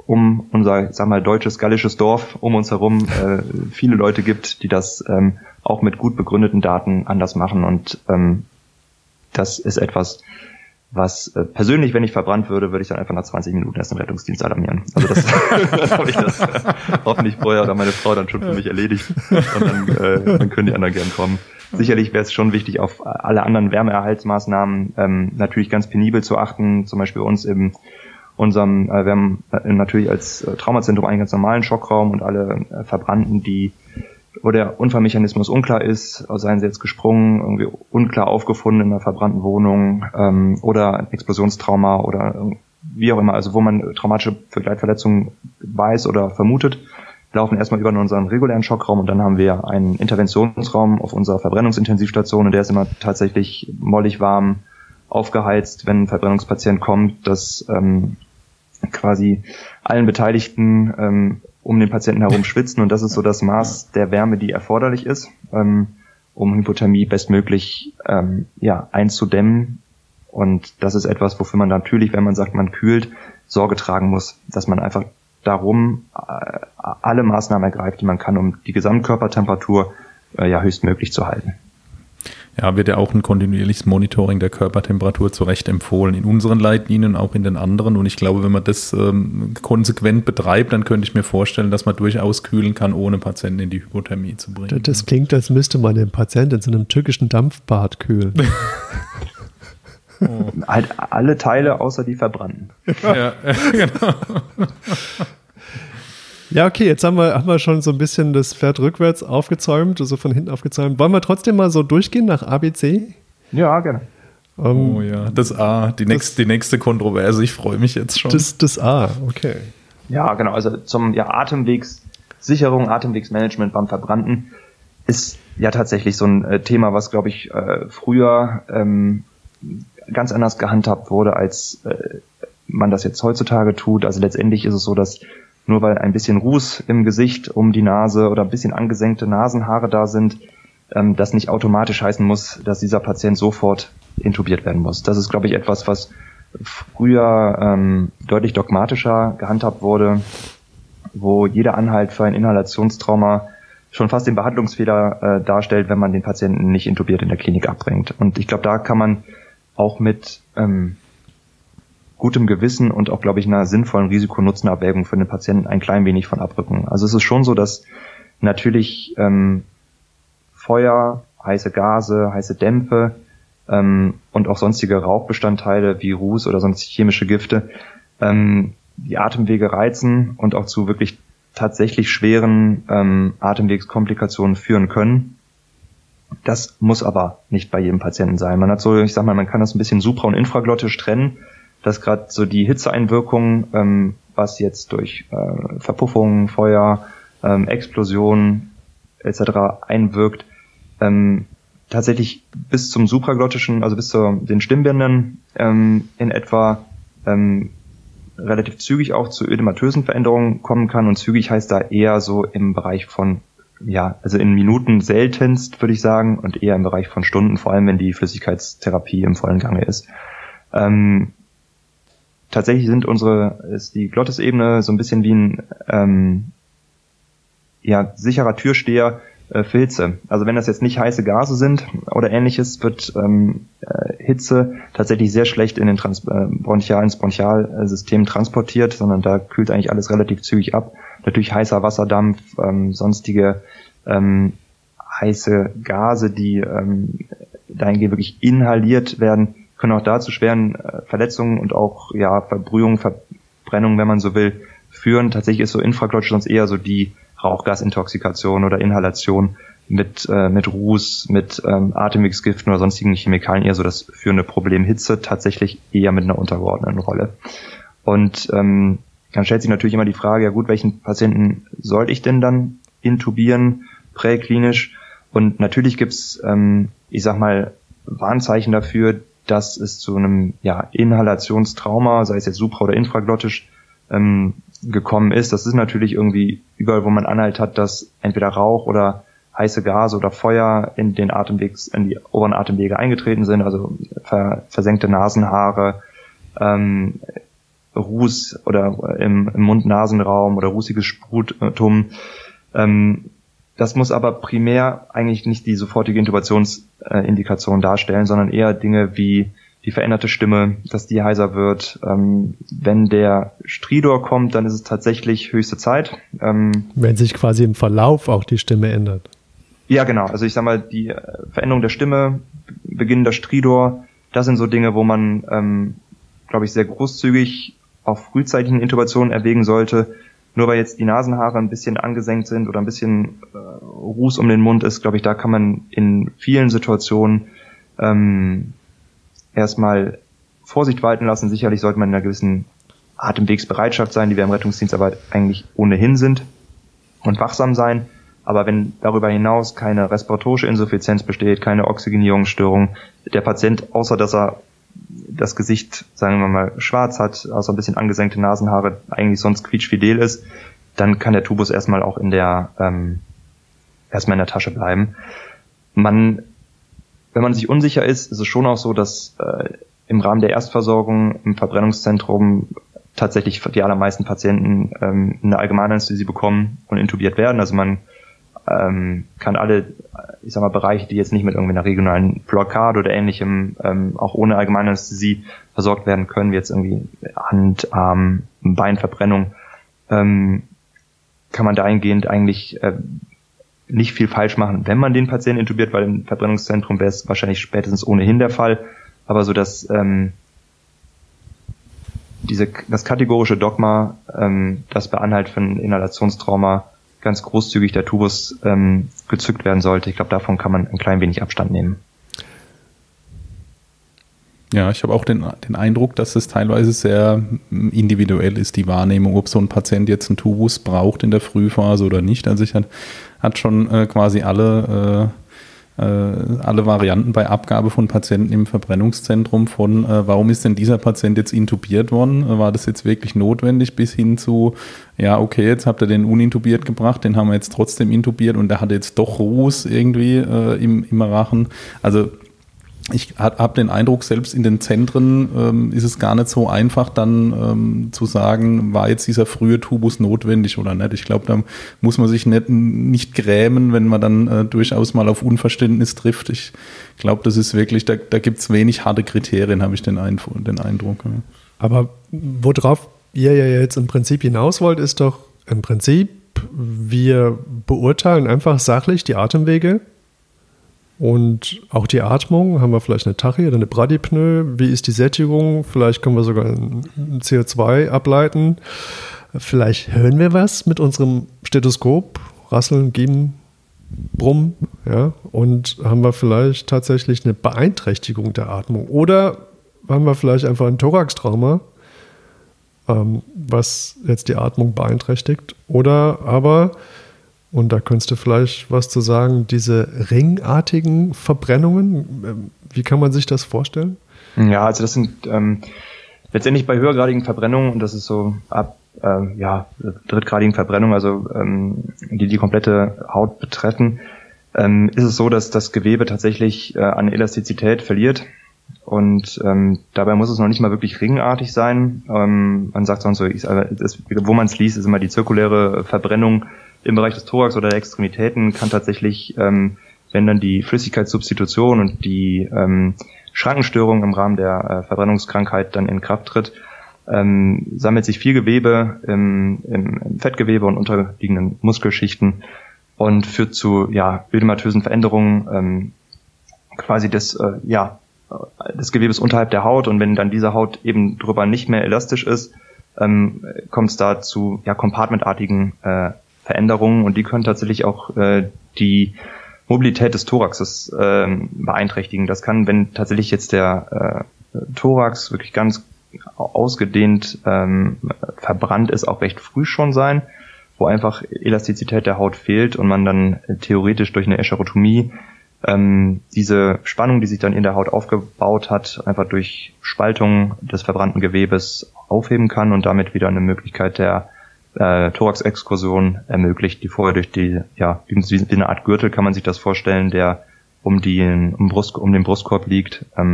um unser, sag mal, deutsches, gallisches Dorf um uns herum viele Leute gibt, die das auch mit gut begründeten Daten anders machen. Und das ist etwas, was persönlich, wenn ich verbrannt würde ich dann einfach nach 20 Minuten erst den Rettungsdienst alarmieren. Also das habe ich das hoffentlich vorher oder meine Frau dann schon für mich erledigt. Und dann können die anderen gern kommen. Sicherlich wäre es schon wichtig, auf alle anderen Wärmeerhaltsmaßnahmen natürlich ganz penibel zu achten. Zum Beispiel uns in unserem, wir haben natürlich als Traumazentrum einen ganz normalen Schockraum und alle Verbrannten, wo der Unfallmechanismus unklar ist, seien sie jetzt gesprungen, irgendwie unklar aufgefunden in einer verbrannten Wohnung oder ein Explosionstrauma oder wie auch immer, also wo man traumatische Begleitverletzungen weiß oder vermutet, laufen erstmal über in unseren regulären Schockraum und dann haben wir einen Interventionsraum auf unserer Verbrennungsintensivstation und der ist immer tatsächlich mollig warm aufgeheizt, wenn ein Verbrennungspatient kommt, dass quasi allen Beteiligten um den Patienten herum schwitzen und das ist so das Maß der Wärme, die erforderlich ist, um Hypothermie bestmöglich einzudämmen. Und das ist etwas, wofür man natürlich, wenn man sagt, man kühlt, Sorge tragen muss, dass man einfach darum alle Maßnahmen ergreift, die man kann, um die Gesamtkörpertemperatur höchstmöglich zu halten. Ja, wird ja auch ein kontinuierliches Monitoring der Körpertemperatur zu Recht empfohlen, in unseren Leitlinien, auch in den anderen. Und ich glaube, wenn man das konsequent betreibt, dann könnte ich mir vorstellen, dass man durchaus kühlen kann, ohne Patienten in die Hypothermie zu bringen. Das klingt, als müsste man den Patienten in so einem türkischen Dampfbad kühlen. Oh. Halt alle Teile außer die verbrannten. Ja, genau. Ja, okay, jetzt haben wir schon so ein bisschen das Pferd rückwärts aufgezäumt, also von hinten aufgezäumt. Wollen wir trotzdem mal so durchgehen nach A, B, C? Ja, gerne. Oh ja, das A, die nächste Kontroverse, ich freue mich jetzt schon. Das A, okay. Ja, genau, also zum Atemwegssicherung, Atemwegsmanagement beim Verbrannten ist ja tatsächlich so ein Thema, was, glaube ich, früher ganz anders gehandhabt wurde, als man das jetzt heutzutage tut. Also letztendlich ist es so, dass nur weil ein bisschen Ruß im Gesicht um die Nase oder ein bisschen angesenkte Nasenhaare da sind, das nicht automatisch heißen muss, dass dieser Patient sofort intubiert werden muss. Das ist, glaube ich, etwas, was früher deutlich dogmatischer gehandhabt wurde, wo jeder Anhalt für ein Inhalationstrauma schon fast den Behandlungsfehler darstellt, wenn man den Patienten nicht intubiert in der Klinik abbringt. Und ich glaube, da kann man auch mit gutem Gewissen und auch, glaube ich, einer sinnvollen Risiko-Nutzen-Abwägung für den Patienten ein klein wenig von abrücken. Also es ist schon so, dass natürlich Feuer, heiße Gase, heiße Dämpfe und auch sonstige Rauchbestandteile wie Ruß oder sonst chemische Gifte die Atemwege reizen und auch zu wirklich tatsächlich schweren Atemwegskomplikationen führen können. Das muss aber nicht bei jedem Patienten sein. Man hat so, ich sag mal, man kann das ein bisschen supra- und infraglottisch trennen, dass gerade so die Hitzeeinwirkung, was jetzt durch Verpuffung, Feuer, Explosion etc. einwirkt, tatsächlich bis zum supraglottischen, also bis zu den Stimmbändern in etwa relativ zügig auch zu ödematösen Veränderungen kommen kann. Und zügig heißt da eher so im Bereich von, also in Minuten seltenst, würde ich sagen, und eher im Bereich von Stunden, vor allem wenn die Flüssigkeitstherapie im vollen Gange ist. Tatsächlich ist die Glottisebene so ein bisschen wie ein sicherer Türsteher für Hitze. Also wenn das jetzt nicht heiße Gase sind oder ähnliches, wird Hitze tatsächlich sehr schlecht in den ins Bronchialsystem transportiert, sondern da kühlt eigentlich alles relativ zügig ab. Natürlich heißer Wasserdampf, sonstige heiße Gase, die dahingehend wirklich inhaliert werden, können auch da zu schweren Verletzungen und auch Verbrühungen, Verbrennungen, wenn man so will, führen. Tatsächlich ist so infraglottisch sonst eher so die Rauchgasintoxikation oder Inhalation mit Ruß, mit Atemwegsgiften oder sonstigen Chemikalien eher so das führende Problem. Hitze tatsächlich eher mit einer untergeordneten Rolle. Und dann stellt sich natürlich immer die Frage, ja gut, welchen Patienten soll ich denn dann intubieren, präklinisch? Und natürlich gibt's, Warnzeichen dafür, dass es zu einem Inhalationstrauma, sei es jetzt supra- oder infraglottisch, gekommen ist. Das ist natürlich irgendwie überall, wo man Anhalt hat, dass entweder Rauch oder heiße Gase oder Feuer in die oberen Atemwege eingetreten sind, also versenkte Nasenhaare, Ruß oder im Mund-Nasen-Raum oder rußiges Sputum. Das muss aber primär eigentlich nicht die sofortige Intubationsindikation darstellen, sondern eher Dinge wie die veränderte Stimme, dass die heiser wird. Wenn der Stridor kommt, dann ist es tatsächlich höchste Zeit. Wenn sich quasi im Verlauf auch die Stimme ändert. Ja, genau. Also ich sag mal, die Veränderung der Stimme, beginnender Stridor, das sind so Dinge, wo man, glaube ich, sehr großzügig auch frühzeitig eine Intubation erwägen sollte. Nur weil jetzt die Nasenhaare ein bisschen angesenkt sind oder ein bisschen Ruß um den Mund ist, glaube ich, da kann man in vielen Situationen erstmal Vorsicht walten lassen. Sicherlich sollte man in einer gewissen Atemwegsbereitschaft sein, die wir im Rettungsdienst aber eigentlich ohnehin sind, und wachsam sein. Aber wenn darüber hinaus keine respiratorische Insuffizienz besteht, keine Oxygenierungsstörung, der Patient, außer dass er das Gesicht, sagen wir mal, schwarz hat, außer ein bisschen angesenkte Nasenhaare, eigentlich sonst quietschfidel ist, dann kann der Tubus erstmal auch erstmal in der Tasche bleiben. Wenn man sich unsicher ist es schon auch so, dass im Rahmen der Erstversorgung im Verbrennungszentrum tatsächlich die allermeisten Patienten eine Allgemeinanästhesie bekommen und intubiert werden. Also man kann alle, ich sag mal, Bereiche, die jetzt nicht mit irgendwie einer regionalen Blockade oder ähnlichem auch ohne Allgemeinanästhesie versorgt werden können, wie jetzt irgendwie Hand, Arm, Beinverbrennung, kann man dahingehend eigentlich nicht viel falsch machen, wenn man den Patienten intubiert, weil im Verbrennungszentrum wäre es wahrscheinlich spätestens ohnehin der Fall. Aber so dass das kategorische Dogma, dass bei Anhalt von Inhalationstrauma ganz großzügig der Tubus gezückt werden sollte, ich glaube, davon kann man ein klein wenig Abstand nehmen. Ja, ich habe auch den Eindruck, dass es teilweise sehr individuell ist, die Wahrnehmung, ob so ein Patient jetzt einen Tubus braucht in der Frühphase oder nicht. Also ich hat schon quasi alle Varianten bei Abgabe von Patienten im Verbrennungszentrum von, warum ist denn dieser Patient jetzt intubiert worden? War das jetzt wirklich notwendig? Bis hin zu, ja, okay, jetzt habt ihr den unintubiert gebracht, den haben wir jetzt trotzdem intubiert und der hatte jetzt doch Ruß irgendwie im Rachen. Also ich habe den Eindruck, selbst in den Zentren ist es gar nicht so einfach dann zu sagen, war jetzt dieser frühe Tubus notwendig oder nicht. Ich glaube, da muss man sich nicht grämen, wenn man dann durchaus mal auf Unverständnis trifft. Ich glaube, das ist wirklich, da gibt es wenig harte Kriterien, habe ich den Eindruck. Ja. Aber worauf ihr ja jetzt im Prinzip hinaus wollt, ist doch im Prinzip, wir beurteilen einfach sachlich die Atemwege. Und auch die Atmung, haben wir vielleicht eine Tachy oder eine Bradypnoe, wie ist die Sättigung, vielleicht können wir sogar ein CO2 ableiten, vielleicht hören wir was mit unserem Stethoskop, rasseln, geben, brummen, ja, und haben wir vielleicht tatsächlich eine Beeinträchtigung der Atmung oder haben wir vielleicht einfach ein Thoraxtrauma, was jetzt die Atmung beeinträchtigt, oder aber, und da könntest du vielleicht was zu sagen, diese ringartigen Verbrennungen, wie kann man sich das vorstellen? Ja, also das sind letztendlich bei höhergradigen Verbrennungen, und das ist so ab drittgradigen Verbrennungen, also die komplette Haut betreffen, ist es so, dass das Gewebe tatsächlich an Elastizität verliert. Und dabei muss es noch nicht mal wirklich ringartig sein. Man sagt sonst so, wo man es liest, ist immer die zirkuläre Verbrennung im Bereich des Thorax oder der Extremitäten kann tatsächlich, wenn dann die Flüssigkeitssubstitution und die Schrankenstörung im Rahmen der Verbrennungskrankheit dann in Kraft tritt, sammelt sich viel Gewebe im Fettgewebe und unterliegenden Muskelschichten und führt zu ödematösen Veränderungen quasi des Gewebes unterhalb der Haut. Und wenn dann diese Haut eben drüber nicht mehr elastisch ist, kommt es da zu compartmentartigen Veränderungen, und die können tatsächlich auch die Mobilität des Thoraxes beeinträchtigen. Das kann, wenn tatsächlich jetzt der Thorax wirklich ganz ausgedehnt verbrannt ist, auch recht früh schon sein, wo einfach Elastizität der Haut fehlt und man dann theoretisch durch eine Escherotomie diese Spannung, die sich dann in der Haut aufgebaut hat, einfach durch Spaltung des verbrannten Gewebes aufheben kann und damit wieder eine Möglichkeit der Thoraxexkursion ermöglicht, die vorher durch wie eine Art Gürtel kann man sich das vorstellen, der um den Brustkorb liegt,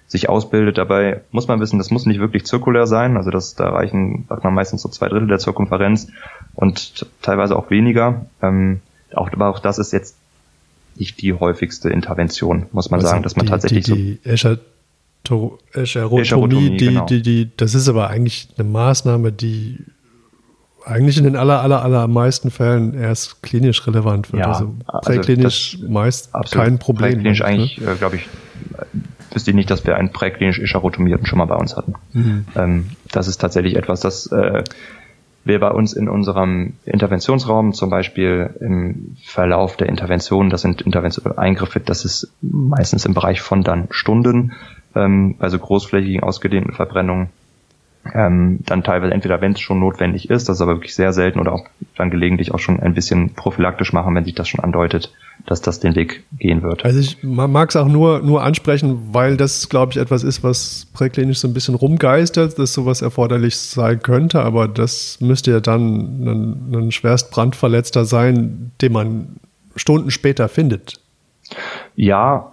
sich ausbildet. Dabei muss man wissen, das muss nicht wirklich zirkulär sein. Also da reichen, sagt man, meistens so 2/3 der Zirkumferenz und teilweise auch weniger. Aber auch das ist jetzt nicht die häufigste Intervention, muss man sagen, dass man tatsächlich die Escherotomie, genau. Das ist aber eigentlich eine Maßnahme, die eigentlich in den allermeisten Fällen erst klinisch relevant wird. Ja, also präklinisch meist kein Problem. Präklinisch eigentlich, glaube ich, wüsste ich nicht, dass wir einen präklinisch Escherotomierten schon mal bei uns hatten. Das ist tatsächlich etwas, das wir bei uns in unserem Interventionsraum zum Beispiel im Verlauf der Intervention, das sind Eingriffe, das ist meistens im Bereich von dann Stunden, also großflächigen ausgedehnten Verbrennungen, dann teilweise entweder, wenn es schon notwendig ist, das ist aber wirklich sehr selten, oder auch dann gelegentlich auch schon ein bisschen prophylaktisch machen, wenn sich das schon andeutet, dass das den Weg gehen wird. Also ich mag es auch nur ansprechen, weil das, glaube ich, etwas ist, was präklinisch so ein bisschen rumgeistert, dass sowas erforderlich sein könnte, aber das müsste ja dann ein schwerst Brandverletzter sein, den man Stunden später findet. Ja,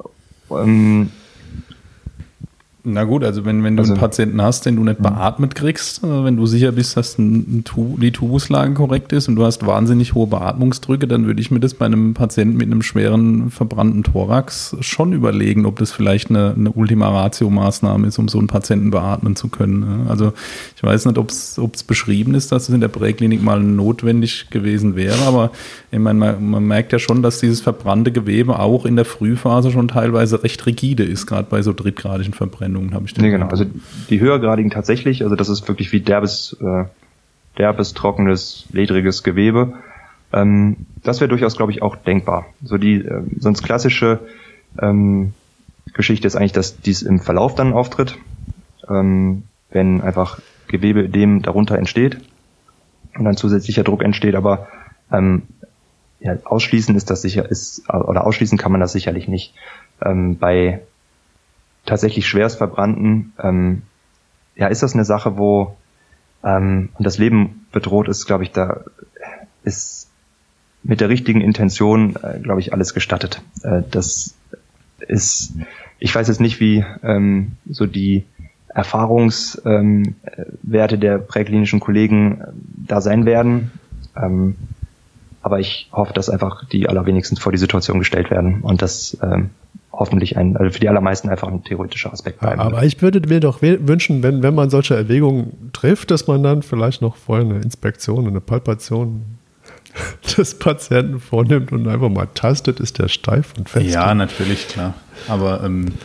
na gut, also wenn du einen Patienten hast, den du nicht beatmet kriegst, wenn du sicher bist, dass die Tubuslage korrekt ist und du hast wahnsinnig hohe Beatmungsdrücke, dann würde ich mir das bei einem Patienten mit einem schweren verbrannten Thorax schon überlegen, ob das vielleicht eine Ultima Ratio-Maßnahme ist, um so einen Patienten beatmen zu können. Also ich weiß nicht, ob es beschrieben ist, dass es in der Präklinik mal notwendig gewesen wäre, aber ich meine, man merkt ja schon, dass dieses verbrannte Gewebe auch in der Frühphase schon teilweise recht rigide ist, gerade bei so drittgradigen Verbrennungen. Habe ich genau. Also die höhergradigen tatsächlich, also das ist wirklich wie derbes, trockenes, ledriges Gewebe. Das wäre durchaus, glaube ich, auch denkbar. So die sonst klassische Geschichte ist eigentlich, dass dies im Verlauf dann auftritt, wenn einfach Gewebe dem darunter entsteht und dann zusätzlicher Druck entsteht, aber ausschließen kann man das sicherlich nicht. Bei tatsächlich schwerst verbrannten, ist das eine Sache, wo und das Leben bedroht ist, glaube ich, da ist mit der richtigen Intention, glaube ich, alles gestattet. Das ist, ich weiß jetzt nicht, wie so die Erfahrungswerte der präklinischen Kollegen da sein werden, aber ich hoffe, dass einfach die allerwenigsten vor die Situation gestellt werden und das hoffentlich also für die allermeisten einfach ein theoretischer Aspekt bleiben. Aber ich würde mir doch wünschen, wenn man solche Erwägungen trifft, dass man dann vielleicht noch vorher eine Inspektion, eine Palpation des Patienten vornimmt und einfach mal tastet, ist der steif und fest. Ja, natürlich, klar. Aber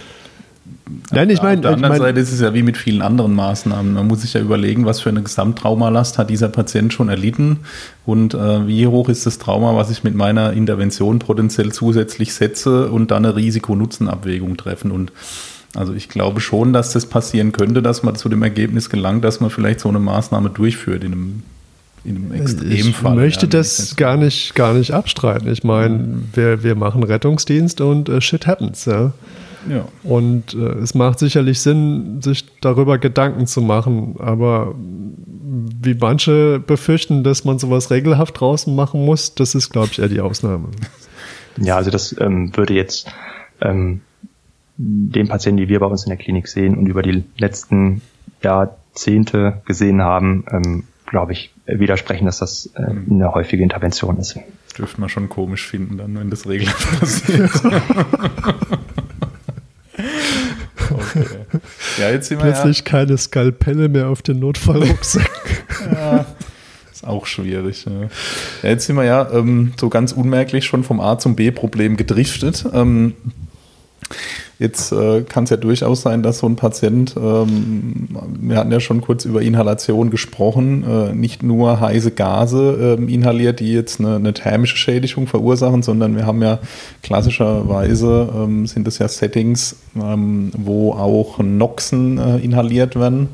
Nein, auf der anderen Seite ist es ja wie mit vielen anderen Maßnahmen. Man muss sich ja überlegen, was für eine Gesamttraumalast hat dieser Patient schon erlitten und wie hoch ist das Trauma, was ich mit meiner Intervention potenziell zusätzlich setze und dann eine Risiko-Nutzen-Abwägung treffen. Und also ich glaube schon, dass das passieren könnte, dass man zu dem Ergebnis gelangt, dass man vielleicht so eine Maßnahme durchführt in einem Extremfall. Ich möchte das gar nicht abstreiten. Ich meine, wir machen Rettungsdienst und shit happens, ja. Ja. Und es macht sicherlich Sinn, sich darüber Gedanken zu machen, aber wie manche befürchten, dass man sowas regelhaft draußen machen muss, das ist, glaube ich, eher die Ausnahme. Ja, also das würde jetzt den Patienten, die wir bei uns in der Klinik sehen und über die letzten Jahrzehnte gesehen haben, glaube ich, widersprechen, dass das eine häufige Intervention ist. Dürfte man schon komisch finden, dann, wenn das regelhaft passiert. Okay. Ja, jetzt sind wir plötzlich keine Skalpelle mehr auf den Notfallrucksack. Ja, ist auch schwierig. Ja, jetzt sind wir so ganz unmerklich schon vom A zum B-Problem gedriftet. Jetzt kann es ja durchaus sein, dass so ein Patient, wir hatten ja schon kurz über Inhalation gesprochen, nicht nur heiße Gase inhaliert, die jetzt eine thermische Schädigung verursachen, sondern wir haben ja klassischerweise, sind das ja Settings, wo auch Noxen inhaliert werden.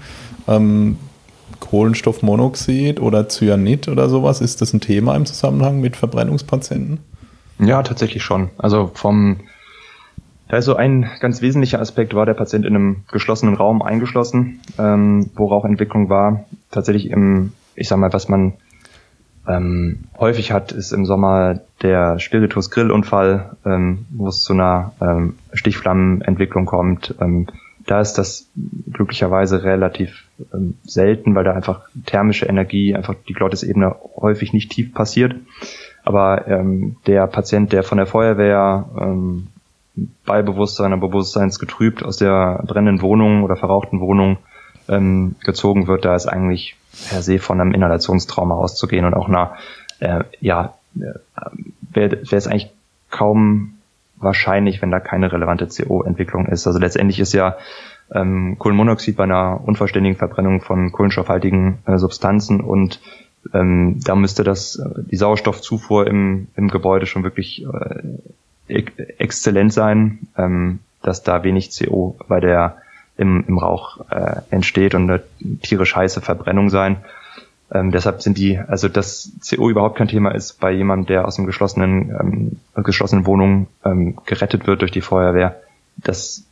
Kohlenstoffmonoxid oder Cyanid oder sowas, ist das ein Thema im Zusammenhang mit Verbrennungspatienten? Ja, tatsächlich schon. Also da ist so ein ganz wesentlicher Aspekt, war der Patient in einem geschlossenen Raum eingeschlossen, wo Rauchentwicklung war. Tatsächlich was man häufig hat, ist im Sommer der Spiritus-Grillunfall, wo es zu einer Stichflammenentwicklung kommt. Da ist das glücklicherweise relativ selten, weil da einfach thermische Energie, einfach die Glottisebene häufig nicht tief passiert. Aber der Patient, der von der Feuerwehr bei Bewusstsein oder bewusstseinsgetrübt aus der brennenden Wohnung oder verrauchten Wohnung gezogen wird, da ist eigentlich per se von einem Inhalationstrauma auszugehen und auch wäre es eigentlich kaum wahrscheinlich, wenn da keine relevante CO-Entwicklung ist. Also letztendlich ist ja Kohlenmonoxid bei einer unvollständigen Verbrennung von kohlenstoffhaltigen Substanzen und da müsste die Sauerstoffzufuhr im Gebäude schon wirklich exzellent sein, dass da wenig CO im Rauch entsteht und eine tierisch heiße Verbrennung sein. Deshalb dass CO überhaupt kein Thema ist bei jemandem, der aus einem geschlossenen Wohnung gerettet wird durch die Feuerwehr. Das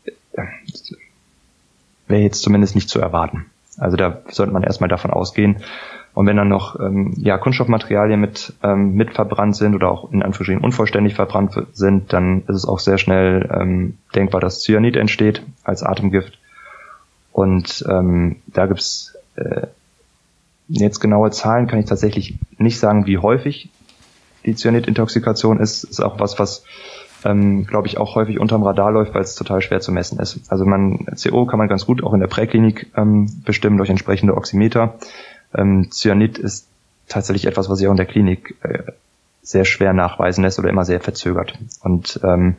wäre jetzt zumindest nicht zu erwarten. Also da sollte man erstmal davon ausgehen. Und wenn dann noch Kunststoffmaterialien mit verbrannt sind oder auch in Anführungsstrichen unvollständig verbrannt sind, dann ist es auch sehr schnell denkbar, dass Cyanid entsteht als Atemgift. Und da gibt's jetzt genaue Zahlen kann ich tatsächlich nicht sagen, wie häufig die Cyanidintoxikation ist. Ist auch was glaube ich, auch häufig unterm Radar läuft, weil es total schwer zu messen ist. Also CO kann man ganz gut auch in der Präklinik bestimmen durch entsprechende Oximeter. Cyanid ist tatsächlich etwas, was sich auch in der Klinik sehr schwer nachweisen lässt oder immer sehr verzögert. Und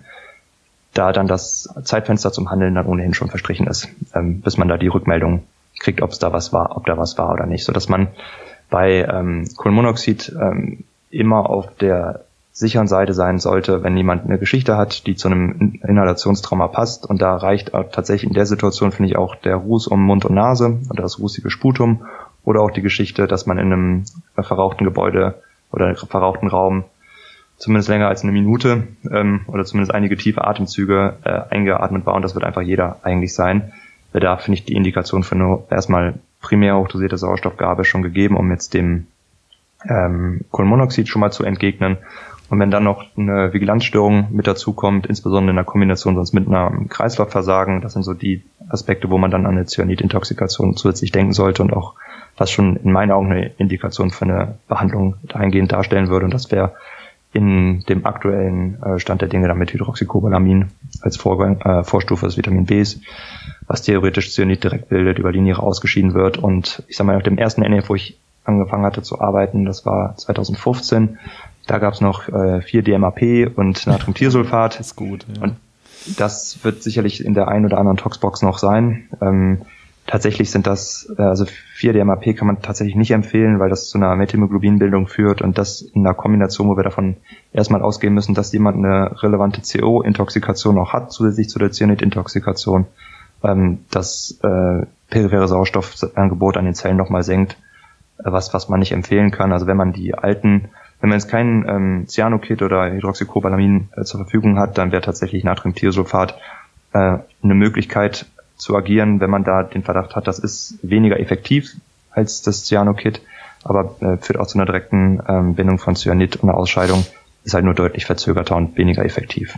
da dann das Zeitfenster zum Handeln dann ohnehin schon verstrichen ist, bis man da die Rückmeldung kriegt, ob da was war oder nicht, so dass man bei Kohlenmonoxid immer auf der sicheren Seite sein sollte, wenn jemand eine Geschichte hat, die zu einem Inhalationstrauma passt, und da reicht auch tatsächlich in der Situation, finde ich, auch der Ruß um Mund und Nase oder das rußige Sputum oder auch die Geschichte, dass man in einem verrauchten Gebäude oder verrauchten Raum zumindest länger als eine Minute oder zumindest einige tiefe Atemzüge eingeatmet war, und das wird einfach jeder eigentlich sein. Da finde ich die Indikation für eine erstmal primär hochdosierte Sauerstoffgabe schon gegeben, um jetzt dem Kohlenmonoxid schon mal zu entgegnen. Und wenn dann noch eine Vigilanzstörung mit dazu kommt, insbesondere in der Kombination sonst mit einem Kreislaufversagen, das sind so die Aspekte, wo man dann an eine Cyanidintoxikation zusätzlich denken sollte und auch was schon in meinen Augen eine Indikation für eine Behandlung dahingehend darstellen würde. Und das wäre in dem aktuellen Stand der Dinge dann mit Hydroxycobalamin als Vorstufe des Vitamin Bs, was theoretisch Cyanid direkt bildet, über die Niere ausgeschieden wird. Und ich sag mal, auf dem ersten NF, wo ich angefangen hatte zu arbeiten, das war 2015, da gab es noch 4-DMAP und Natriumthiosulfat. Das ist gut, ja. Und das wird sicherlich in der einen oder anderen Toxbox noch sein. Tatsächlich sind das, also 4-DMAP kann man tatsächlich nicht empfehlen, weil das zu einer Methämoglobinbildung führt, und das in einer Kombination, wo wir davon erstmal ausgehen müssen, dass jemand eine relevante CO-Intoxikation auch hat, zusätzlich zu der Cyanid-Intoxikation, das periphere Sauerstoffangebot an den Zellen nochmal senkt, was man nicht empfehlen kann. Also wenn man jetzt kein Cyanokit oder Hydroxycobalamin zur Verfügung hat, dann wäre tatsächlich Natriumthiosulfat eine Möglichkeit zu agieren, wenn man da den Verdacht hat, das ist weniger effektiv als das Cyanokit, aber führt auch zu einer direkten Bindung von Cyanid, und eine Ausscheidung ist halt nur deutlich verzögerter und weniger effektiv.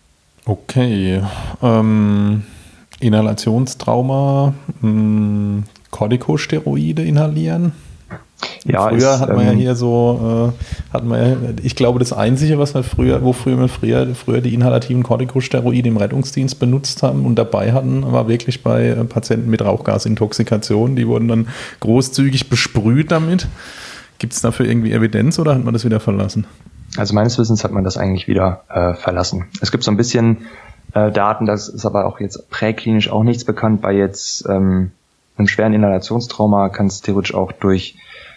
Okay. Inhalationstrauma, Corticosteroide inhalieren? Ja, früher hat man ja hier so, ich glaube, das Einzige, was man früher die inhalativen Corticosteroide im Rettungsdienst benutzt haben und dabei hatten, war wirklich bei Patienten mit Rauchgasintoxikation. Die wurden dann großzügig besprüht damit. Gibt es dafür irgendwie Evidenz oder hat man das wieder verlassen? Also meines Wissens hat man das eigentlich wieder verlassen. Es gibt so ein bisschen Daten, das ist aber auch jetzt präklinisch auch nichts bekannt. Bei jetzt einem schweren Inhalationstrauma kann es theoretisch auch durch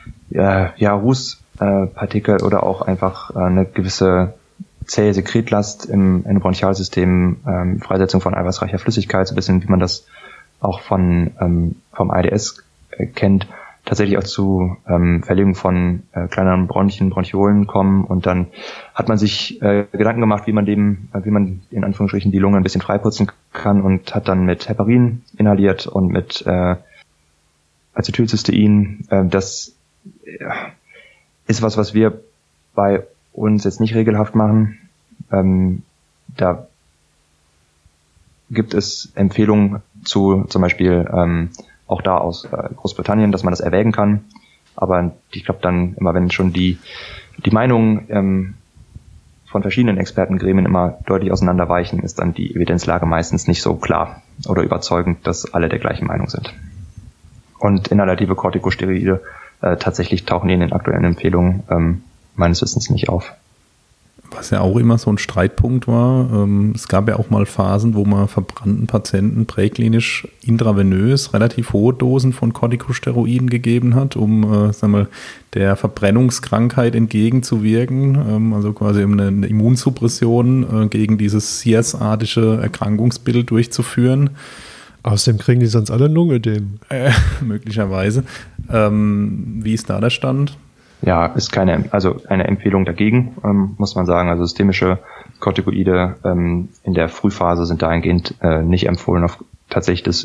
Rußpartikel oder auch einfach eine gewisse zähe Sekretlast im Bronchialsystem, Freisetzung von eiweißreicher Flüssigkeit, so ein bisschen wie man das auch vom AIDS kennt, tatsächlich auch zu Verlegung von kleineren Bronchiolen kommen, und dann hat man sich Gedanken gemacht, wie man in Anführungsstrichen die Lunge ein bisschen freiputzen kann, und hat dann mit Heparin inhaliert und mit Acetylcystein. Das ist was wir bei uns jetzt nicht regelhaft machen. Da gibt es Empfehlungen, zu zum Beispiel auch da aus Großbritannien, dass man das erwägen kann. Aber ich glaube dann immer, wenn schon die Meinungen von verschiedenen Expertengremien immer deutlich auseinanderweichen, ist dann die Evidenzlage meistens nicht so klar oder überzeugend, dass alle der gleichen Meinung sind. Und inhalative Corticosteroide tatsächlich tauchen die in den aktuellen Empfehlungen meines Wissens nicht auf. Was ja auch immer so ein Streitpunkt war, es gab ja auch mal Phasen, wo man verbrannten Patienten präklinisch intravenös relativ hohe Dosen von Corticosteroiden gegeben hat, um der Verbrennungskrankheit entgegenzuwirken, also quasi um eine Immunsuppression gegen dieses SIAS-artige Erkrankungsbild durchzuführen. Außerdem kriegen die sonst alle Lungenödem. Möglicherweise. Wie ist da der Stand? Ja, ist eine Empfehlung dagegen, muss man sagen. Also systemische Corticoide in der Frühphase sind dahingehend nicht empfohlen, auf tatsächlich das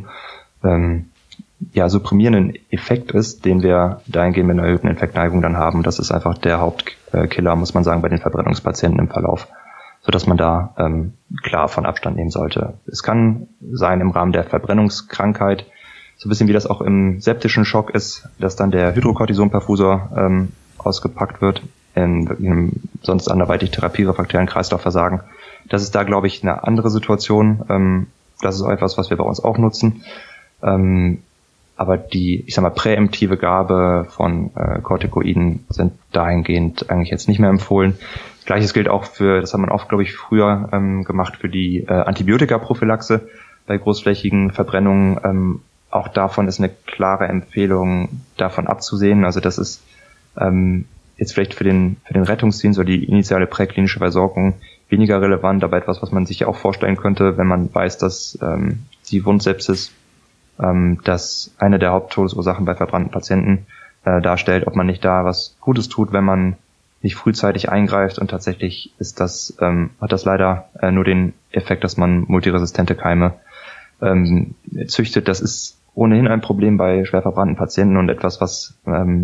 supprimierenden Effekt ist, den wir dahingehend mit einer erhöhten Infektneigung dann haben. Das ist einfach der Hauptkiller, muss man sagen, bei den Verbrennungspatienten im Verlauf, sodass man da klar von Abstand nehmen sollte. Es kann sein im Rahmen der Verbrennungskrankheit, so ein bisschen wie das auch im septischen Schock ist, dass dann der Hydrocortisonperfusor ausgepackt wird, in einem sonst anderweitig therapierefraktären Kreislaufversagen. Das ist da, glaube ich, eine andere Situation. Das ist auch etwas, was wir bei uns auch nutzen. Aber die, präemptive Gabe von Corticoiden sind dahingehend eigentlich jetzt nicht mehr empfohlen. Gleiches gilt auch das hat man oft, glaube ich, früher gemacht für die Antibiotikaprophylaxe bei großflächigen Verbrennungen. Auch davon ist eine klare Empfehlung, davon abzusehen. Also das ist jetzt vielleicht für den Rettungsdienst oder die initiale präklinische Versorgung weniger relevant, aber etwas, was man sich ja auch vorstellen könnte, wenn man weiß, dass die Wundsepsis das eine der Haupttodesursachen bei verbrannten Patienten darstellt, ob man nicht da was Gutes tut, wenn man nicht frühzeitig eingreift. Und tatsächlich hat das leider nur den Effekt, dass man multiresistente Keime züchtet. Das ist ohnehin ein Problem bei schwer verbrannten Patienten und etwas, was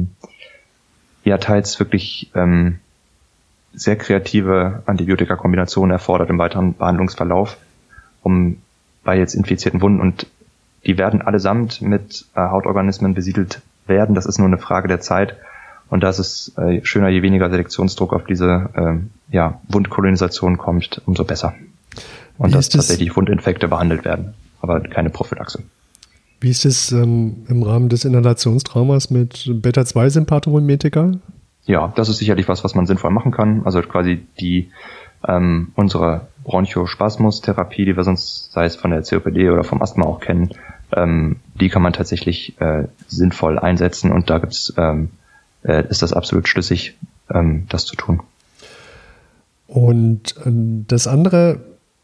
teils wirklich sehr kreative Antibiotika-Kombinationen erfordert im weiteren Behandlungsverlauf, bei jetzt infizierten Wunden, und die werden allesamt mit Hautorganismen besiedelt werden. Das ist nur eine Frage der Zeit, und das ist schöner, je weniger Selektionsdruck auf diese Wundkolonisation kommt, umso besser. Und dass tatsächlich Wundinfekte behandelt werden, aber keine Prophylaxe. Wie ist es im Rahmen des Inhalationstraumas mit Beta-2-Sympathomimetika? Ja, das ist sicherlich was man sinnvoll machen kann. Also quasi unsere Bronchospasmus-Therapie, die wir sonst, sei es von der COPD oder vom Asthma auch kennen, die kann man tatsächlich sinnvoll einsetzen, und da ist das absolut schlüssig, das zu tun. Und das andere,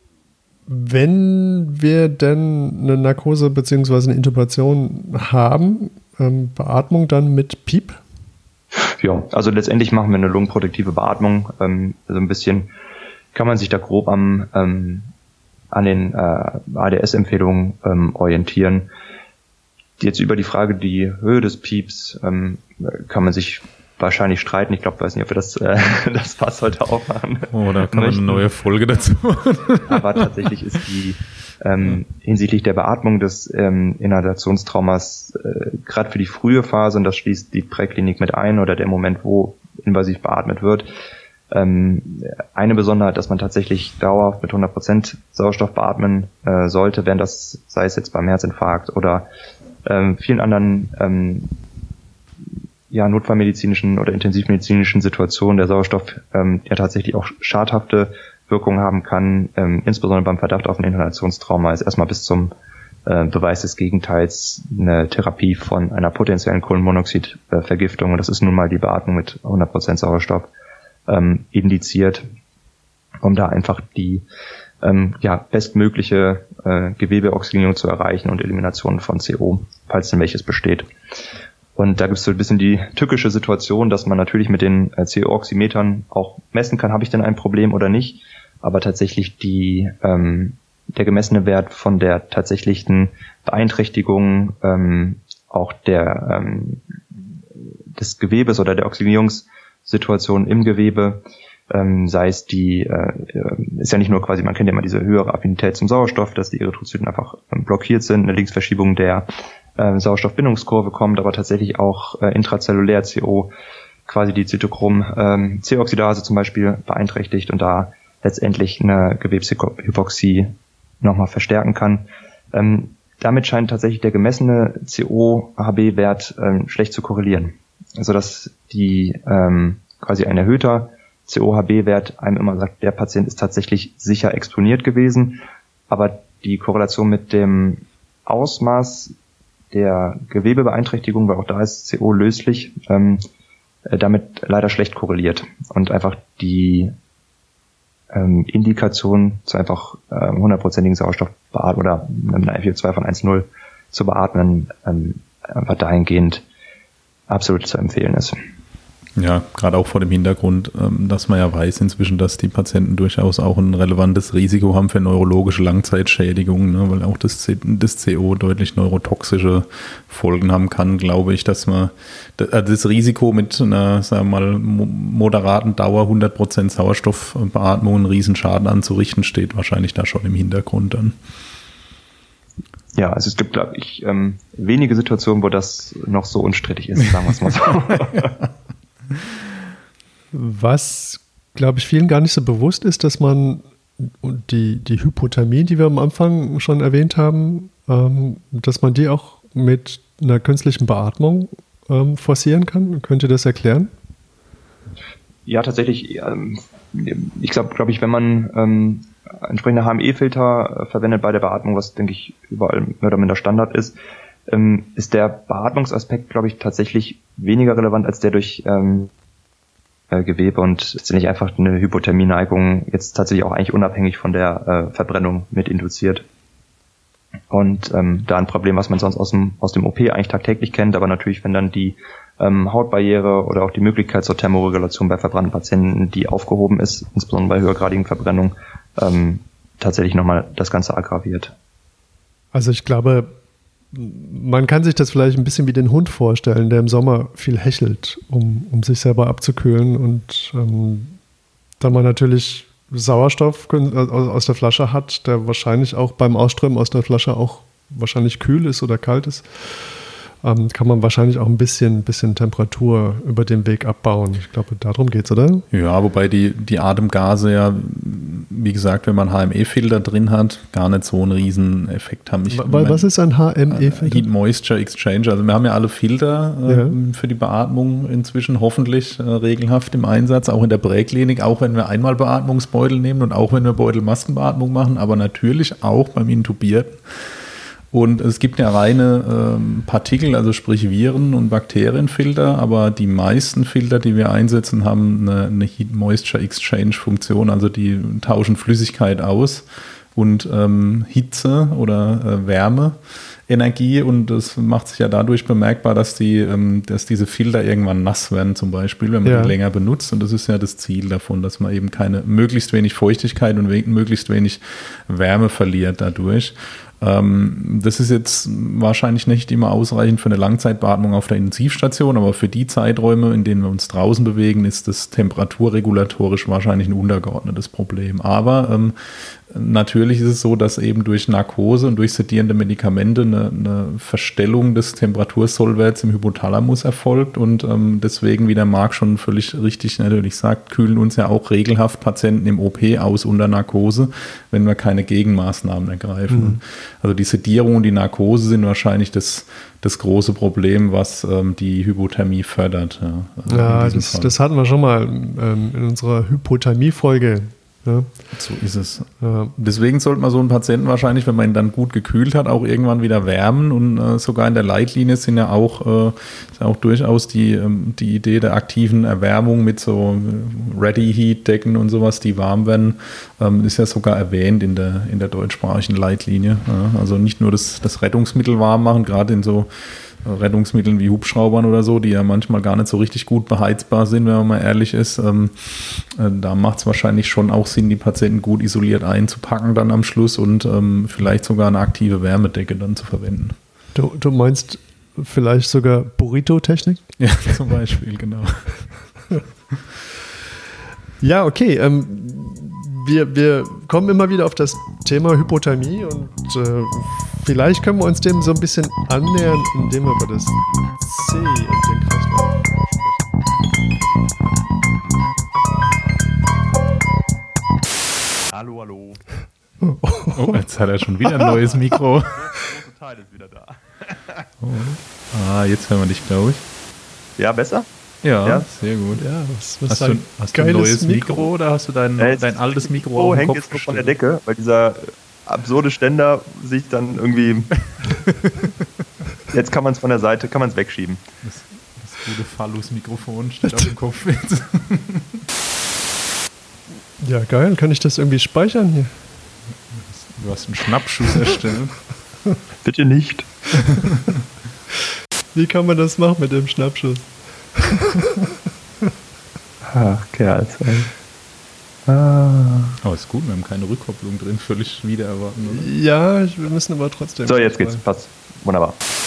wenn wir denn eine Narkose bzw. eine Intubation haben, Beatmung dann mit PEEP? Ja, also letztendlich machen wir eine lungenprotektive Beatmung. Also ein bisschen kann man sich da grob an den ADS-Empfehlungen orientieren. Jetzt über die Frage, die Höhe des PEEPs, kann man sich wahrscheinlich streiten. Ich glaube, weiß nicht, ob wir das Fass heute aufmachen. Oh, da kann man eine neue Folge dazu machen. Aber tatsächlich ist die hinsichtlich der Beatmung des Inhalationstraumas gerade für die frühe Phase, und das schließt die Präklinik mit ein oder der Moment, wo invasiv beatmet wird, eine Besonderheit, dass man tatsächlich dauerhaft mit 100% Sauerstoff beatmen sollte, während das, sei es jetzt beim Herzinfarkt oder vielen anderen notfallmedizinischen oder intensivmedizinischen Situationen der Sauerstoff tatsächlich auch schadhafte Wirkungen haben kann, insbesondere beim Verdacht auf ein Inhalationstrauma, ist erstmal bis zum Beweis des Gegenteils eine Therapie von einer potenziellen Kohlenmonoxidvergiftung, und das ist nun mal die Beatmung mit 100% Sauerstoff indiziert, um da einfach die bestmögliche Gewebeoxygenierung zu erreichen und Elimination von CO, falls denn welches besteht. Und da gibt es so ein bisschen die tückische Situation, dass man natürlich mit den CO-Oximetern auch messen kann, habe ich denn ein Problem oder nicht, aber tatsächlich der gemessene Wert von der tatsächlichen Beeinträchtigung auch des Gewebes oder der Oxygenierungssituation im Gewebe sei es ist ja nicht nur quasi, man kennt ja immer diese höhere Affinität zum Sauerstoff, dass die Erythrozyten einfach blockiert sind, eine Linksverschiebung der Sauerstoffbindungskurve kommt, aber tatsächlich auch intrazellulär CO quasi die Zytochrom-C-Oxidase zum Beispiel beeinträchtigt und da letztendlich eine Gewebshypoxie nochmal verstärken kann. Damit scheint tatsächlich der gemessene CO-HB-Wert schlecht zu korrelieren. Also dass die quasi ein erhöhter CO-HB-Wert einem immer sagt, der Patient ist tatsächlich sicher exponiert gewesen, aber die Korrelation mit dem Ausmaß der Gewebebeeinträchtigung, weil auch da ist CO löslich, damit leider schlecht korreliert und einfach die Indikation zu einfach 100%igen Sauerstoffbeatmung oder mit einer FiO2 von 1,0 zu beatmen, einfach dahingehend absolut zu empfehlen ist. Ja, gerade auch vor dem Hintergrund, dass man ja weiß inzwischen, dass die Patienten durchaus auch ein relevantes Risiko haben für neurologische Langzeitschädigungen, ne, weil auch das CO deutlich neurotoxische Folgen haben kann, glaube ich, dass man das Risiko mit einer, sagen wir mal, moderaten Dauer 100% Sauerstoffbeatmung einen riesen Schaden anzurichten, steht wahrscheinlich da schon im Hintergrund dann. Ja, also es gibt, glaube ich, wenige Situationen, wo das noch so unstrittig ist, sagen wir es mal so. Was, glaube ich, vielen gar nicht so bewusst ist, dass man die Hypothermie, die wir am Anfang schon erwähnt haben, dass man die auch mit einer künstlichen Beatmung forcieren kann. Könnt ihr das erklären? Ja, tatsächlich. Ich glaube, wenn man entsprechende HME-Filter verwendet bei der Beatmung, was, denke ich, überall mehr oder minder Standard ist der Beatmungsaspekt, glaube ich, tatsächlich weniger relevant als der durch Gewebe und ist nicht einfach eine Hypothermie-Neigung jetzt tatsächlich auch eigentlich unabhängig von der Verbrennung mit induziert. Und da ein Problem, was man sonst aus dem OP eigentlich tagtäglich kennt, aber natürlich, wenn dann die Hautbarriere oder auch die Möglichkeit zur Thermoregulation bei verbrannten Patienten, die aufgehoben ist, insbesondere bei höhergradigen Verbrennungen, tatsächlich nochmal das Ganze aggraviert. Also ich glaube, man kann sich das vielleicht ein bisschen wie den Hund vorstellen, der im Sommer viel hechelt, um sich selber abzukühlen. Und da man natürlich Sauerstoff aus der Flasche hat, der wahrscheinlich auch beim Ausströmen aus der Flasche auch wahrscheinlich kühl ist oder kalt ist, kann man wahrscheinlich auch ein bisschen Temperatur über den Weg abbauen. Ich glaube, darum geht es, oder? Ja, wobei die Atemgase ja, wie gesagt, wenn man HME-Filter drin hat, gar nicht so einen riesen Effekt haben. Was ist ein HME-Filter? Heat Moisture Exchange. Also wir haben ja alle Filter für die Beatmung inzwischen hoffentlich regelhaft im Einsatz, auch in der Präklinik, auch wenn wir einmal Beatmungsbeutel nehmen und auch wenn wir Beutelmaskenbeatmung machen, aber natürlich auch beim Intubierten. Und es gibt ja reine Partikel, also sprich Viren- und Bakterienfilter, aber die meisten Filter, die wir einsetzen, haben eine Heat-Moisture-Exchange-Funktion, also die tauschen Flüssigkeit aus und Hitze oder Wärmeenergie, und das macht sich ja dadurch bemerkbar, dass diese Filter irgendwann nass werden zum Beispiel, wenn man die länger benutzt, und das ist ja das Ziel davon, dass man eben möglichst wenig Feuchtigkeit und möglichst wenig Wärme verliert dadurch. Das ist jetzt wahrscheinlich nicht immer ausreichend für eine Langzeitbeatmung auf der Intensivstation, aber für die Zeiträume, in denen wir uns draußen bewegen, ist das temperaturregulatorisch wahrscheinlich ein untergeordnetes Problem. Aber natürlich ist es so, dass eben durch Narkose und durch sedierende Medikamente eine Verstellung des Temperatursollwerts im Hypothalamus erfolgt, und deswegen, wie der Marc schon völlig richtig natürlich sagt, kühlen uns ja auch regelhaft Patienten im OP aus unter Narkose, wenn wir keine Gegenmaßnahmen ergreifen. Mhm. Also die Sedierung und die Narkose sind wahrscheinlich das große Problem, was die Hypothermie fördert. Ja, das hatten wir schon mal in unserer Hypothermie-Folge. Ja. So ist es. Deswegen sollte man so einen Patienten wahrscheinlich, wenn man ihn dann gut gekühlt hat, auch irgendwann wieder wärmen, und sogar in der Leitlinie sind ja auch durchaus die Idee der aktiven Erwärmung mit so Ready-Heat-Decken und sowas, die warm werden, ist ja sogar erwähnt in der deutschsprachigen Leitlinie. Ja. Also nicht nur das Rettungsmittel warm machen, gerade in so Rettungsmitteln wie Hubschraubern oder so, die ja manchmal gar nicht so richtig gut beheizbar sind, wenn man mal ehrlich ist. Da macht es wahrscheinlich schon auch Sinn, die Patienten gut isoliert einzupacken dann am Schluss und vielleicht sogar eine aktive Wärmedecke dann zu verwenden. Du meinst vielleicht sogar Burrito-Technik? Ja, zum Beispiel, genau. Ja, okay. Wir kommen immer wieder auf das Thema Hypothermie und vielleicht können wir uns dem so ein bisschen annähern, indem wir über das C und den Kreislauf sprechen. Hallo. Oh, jetzt hat er schon wieder ein neues Mikro. Der große Teil ist wieder da. Ah, jetzt hören wir dich, glaube ich. Ja, besser? Ja, sehr gut. Ja, was Hast du ein neues Mikro oder hast du dein altes Mikro auf den hängt Kopf jetzt nur von der gestellt? Decke, weil dieser absurde Ständer sich dann irgendwie... Jetzt kann man es von der Seite, kann man es wegschieben. Das gute Phallus-Mikrofon steht auf dem Kopf jetzt. Ja, geil. Kann ich das irgendwie speichern hier? Du hast einen Schnappschuss erstellt. Bitte nicht. Wie kann man das machen mit dem Schnappschuss? Ach, Kerl. Aber ist gut, wir haben keine Rückkopplung drin, völlig wieder erwarten, oder? Ja, wir müssen aber trotzdem. So, jetzt geht's. Passt. Wunderbar.